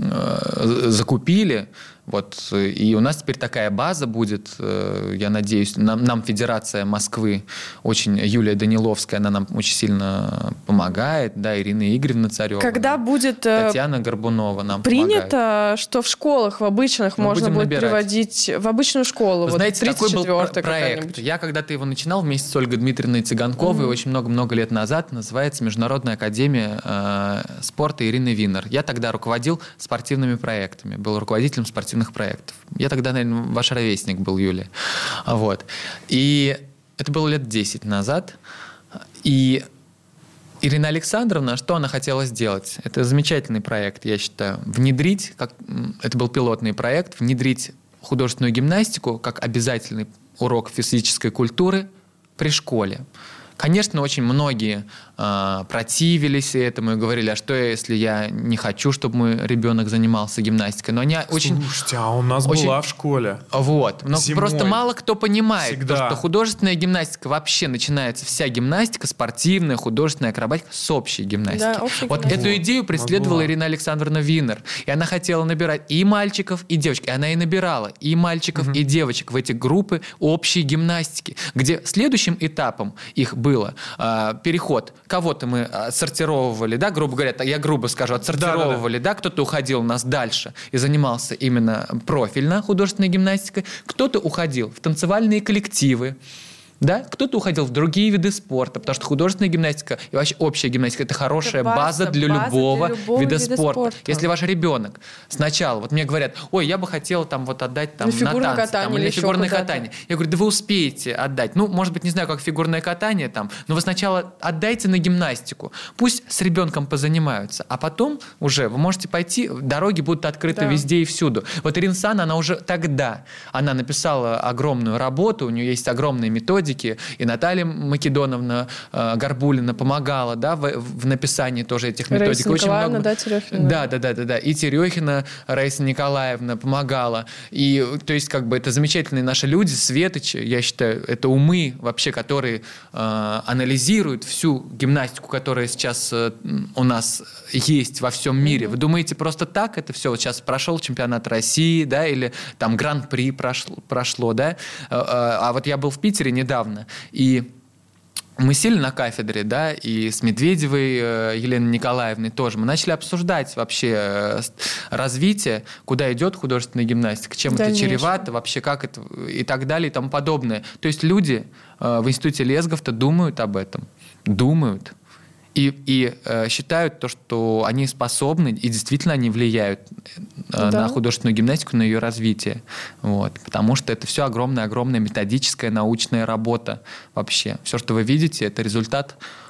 B: э, закупили, вот, и у нас теперь такая база будет, э, я надеюсь, нам, нам Федерация Москвы, очень Юлия Даниловская, она нам очень сильно помогает, да, Ирина Игоревна Царева.
C: Когда будет
B: Татьяна Горбунова нам
C: принято,
B: помогает.
C: Что в школах, в обычных, мы можно будет набирать. Приводить в обычную школу.
B: Вы
C: вот
B: знаете, такой был проект. Я когда-то его начинал вместе с Ольгой Дмитриевной Цыганковой mm-hmm. очень много-много лет назад, называется Международная академия э, спорта Ирины Винер. Я тогда руководил спортивными проектами, был руководителем спортивных проектов. Я тогда, наверное, ваш ровесник был, Юлия. Вот. И это было лет десять назад. И Ирина Александровна, что она хотела сделать? Это замечательный проект, я считаю. Внедрить, как, это был пилотный проект, внедрить художественную гимнастику как обязательный урок физической культуры при школе. Конечно, очень многие э, противились этому и говорили, а что если я не хочу, чтобы мой ребенок занимался гимнастикой? Но они очень...
A: Слушайте, а у нас очень... была в школе.
B: Вот. Но зимой. Просто мало кто понимает, то, что художественная гимнастика, вообще начинается вся гимнастика, спортивная, художественная акробатика с общей гимнастики. Да, общей вот гимнастики. Эту идею преследовала Могла. Ирина Александровна Винер. И она хотела набирать и мальчиков, и девочек. И она и набирала и мальчиков, угу. и девочек в эти группы общей гимнастики, где следующим этапом их было э, переход. Кого-то мы отсортировывали, да, грубо говоря, я грубо скажу, отсортировывали, да, да, да. да, кто-то уходил у нас дальше и занимался именно профильно художественной гимнастикой, кто-то уходил в танцевальные коллективы, да? Кто-то уходил в другие виды спорта, потому что художественная гимнастика и вообще общая гимнастика – это хорошая это база, база, для, база любого для любого вида, вида спорта. спорта. Если ваш ребенок сначала, вот мне говорят, ой, я бы хотел там вот отдать там, на, на танцы там, или, или фигурное катание. Я говорю, да вы успеете отдать. Ну, может быть, не знаю, как фигурное катание там, но вы сначала отдайте на гимнастику. Пусть с ребенком позанимаются, а потом уже вы можете пойти, дороги будут открыты да. везде и всюду. Вот Ирина Санна, она уже тогда, она написала огромную работу, у нее есть огромные методики, и Наталья Македоновна э, Горбулина помогала, да, в, в написании тоже этих методик.
C: Раиса
B: Очень
C: Николаевна,
B: много...
C: да, Терехина.
B: Да, да, да, да, да. И Терехина Раиса Николаевна помогала. И, то есть, как бы, это замечательные наши люди, светочи, я считаю, это умы вообще, которые э, анализируют всю гимнастику, которая сейчас э, у нас есть во всем мире. Mm-hmm. Вы думаете, просто так это все? Вот сейчас прошел чемпионат России, да, или там Гран-при прошло, прошло, да? А, а вот я был в Питере недавно, и мы сели на кафедре, да, и с Медведевой э, Еленой Николаевной тоже. Мы начали обсуждать вообще э, развитие, куда идет художественная гимнастика, чем Дальнейшее. Это чревато, вообще как это и так далее и тому подобное. То есть люди э, в институте Лесгов-то думают об этом, думают. И, и э, считают то, что они способны, и действительно они влияют э, да. на художественную гимнастику, на ее развитие. Вот. Потому что это все огромная-огромная методическая научная работа вообще. Все, что вы видите, это результат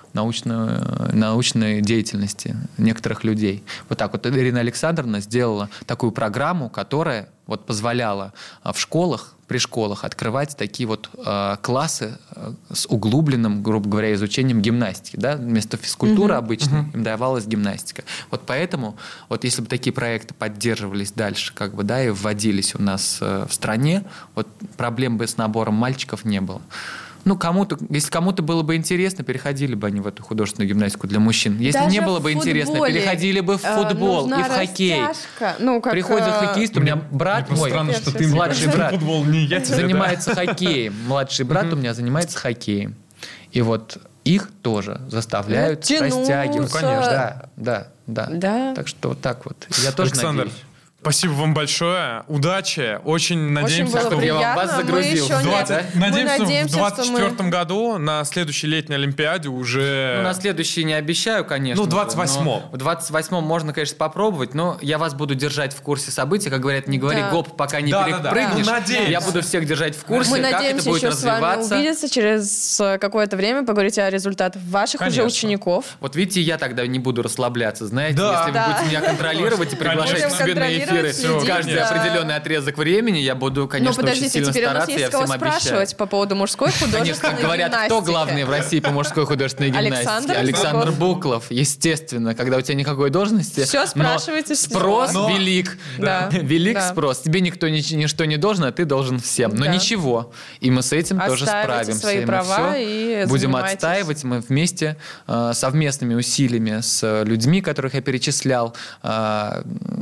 B: научной, научной деятельности некоторых людей. Вот так вот Ирина Александровна сделала такую программу, которая вот позволяла в школах, при школах открывать такие вот э, классы э, с углубленным, грубо говоря, изучением гимнастики. Да? Вместо физкультуры uh-huh. обычной uh-huh. им давалась гимнастика. Вот поэтому, вот если бы такие проекты поддерживались дальше, как бы, да, и вводились у нас э, в стране, вот проблем бы с набором мальчиков не было. Ну, кому-то, если кому-то было бы интересно, переходили бы они в эту художественную гимнастику для мужчин. Если
C: Даже
B: не было бы интересно, переходили бы в футбол и в хоккей.
C: Ну, как,
B: приходит хоккеист, у меня брат
A: мне
B: мой,
A: странно, что ты
B: младший брат,
A: футбол, не я тебе,
B: занимается
A: да.
B: хоккеем. Младший брат у меня занимается хоккеем. И вот их тоже заставляют
C: Тянуться.
B: растягивать.
A: Ну, конечно.
B: Да, да, да,
C: Да.
B: Так что вот так вот. Я тоже
A: Александр,
B: надеюсь.
A: спасибо вам большое. Удачи. Очень надеемся,
C: Очень было
A: что...
B: я вам вас
C: приятно.
B: загрузил.
C: Мы еще
A: В двадцать
C: нет.
A: Надеемся,
C: Мы надеемся,
A: в двадцать четвёртом
C: что мы-
A: году на следующей летней Олимпиаде уже...
B: Ну, на следующий не обещаю, конечно.
A: Ну, двадцать восьмом.
B: В двадцать восьмом можно, конечно, попробовать, но я вас буду держать в курсе событий. Как говорят, не говори
C: Да.
B: гоп, пока не
A: Да, да, да.
B: перепрыгнешь.
A: Ну, надеемся.
B: Я буду всех держать в курсе,
C: Мы
B: как это
C: надеемся
B: будет
C: еще с вами
B: развиваться.
C: увидеться через э, какое-то время, поговорить о результатах ваших
A: Конечно.
C: уже учеников.
B: Вот видите, я тогда не буду расслабляться, знаете,
A: Да.
B: если вы
C: Да.
B: будете меня контролировать и приглашать
A: Конечно.
B: к себе на эфиры
C: Контролировать, следить,
B: каждый
C: да.
B: определенный отрезок времени, я буду,
C: Но
B: конечно, очень
C: подождите,
B: сильно
C: теперь у нас
B: стараться,
C: есть
B: я
C: кого
B: всем обещаю.
C: спрашивать по поводу мужской художественной
B: Конечно, как говорят,
C: гимнастики.
B: кто главный в России по мужской художественной гимнастике?
C: Александр
B: Александр
C: Буклов.
B: Буклов. Естественно, когда у тебя никакой должности.
C: Всё
B: но
C: спрашивайте с него.
B: Спрос
A: Но-
B: велик.
C: Да.
B: Велик
C: Да.
B: спрос. Тебе никто ни- ничто не должен, а ты должен всем. Но
C: Да.
B: ничего. И мы с этим тоже
C: Отстаивайте
B: справимся.
C: свои
B: И мы
C: права
B: всё
C: и
B: будем
C: занимайтесь.
B: отстаивать. Мы вместе э, совместными усилиями с людьми, которых я перечислял, э,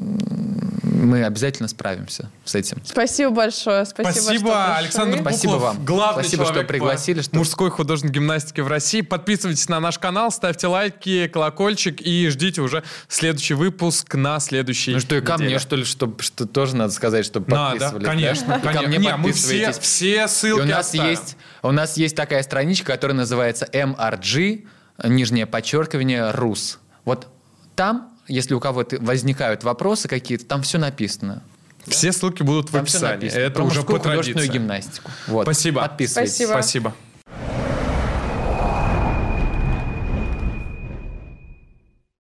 B: мы обязательно справимся с этим.
C: Спасибо большое. Спасибо,
A: Спасибо,
C: что пришли.
A: Александр Буклов,
B: Спасибо вам.
A: главный
B: Спасибо,
A: человек
B: что пригласили,
A: по
B: что-
A: мужской художественной гимнастике в России. Подписывайтесь на наш канал, ставьте лайки, колокольчик и ждите уже следующий выпуск на следующий
B: Ну что, и ко
A: неделе.
B: мне, что ли, что, что тоже надо сказать, чтобы
A: Надо,
B: подписывались?
A: конечно,
B: да? И ко
A: конечно.
B: мне
A: Не, мы все,
B: подписывайтесь.
A: все
B: И
A: ссылки
B: у нас
A: оставим.
B: есть, у нас есть такая страничка, которая называется эм ар джи, нижнее подчеркивание, рус. Вот там, если у кого-то возникают вопросы какие-то, там все написано.
A: Все ссылки будут в
B: Там всё
A: описании.
B: написано.
A: Это
B: Про
A: уже
B: мужскую
A: по
B: художественную
A: традиции.
B: гимнастику. Вот.
A: Спасибо.
B: Подписывайтесь.
C: Спасибо.
A: Спасибо.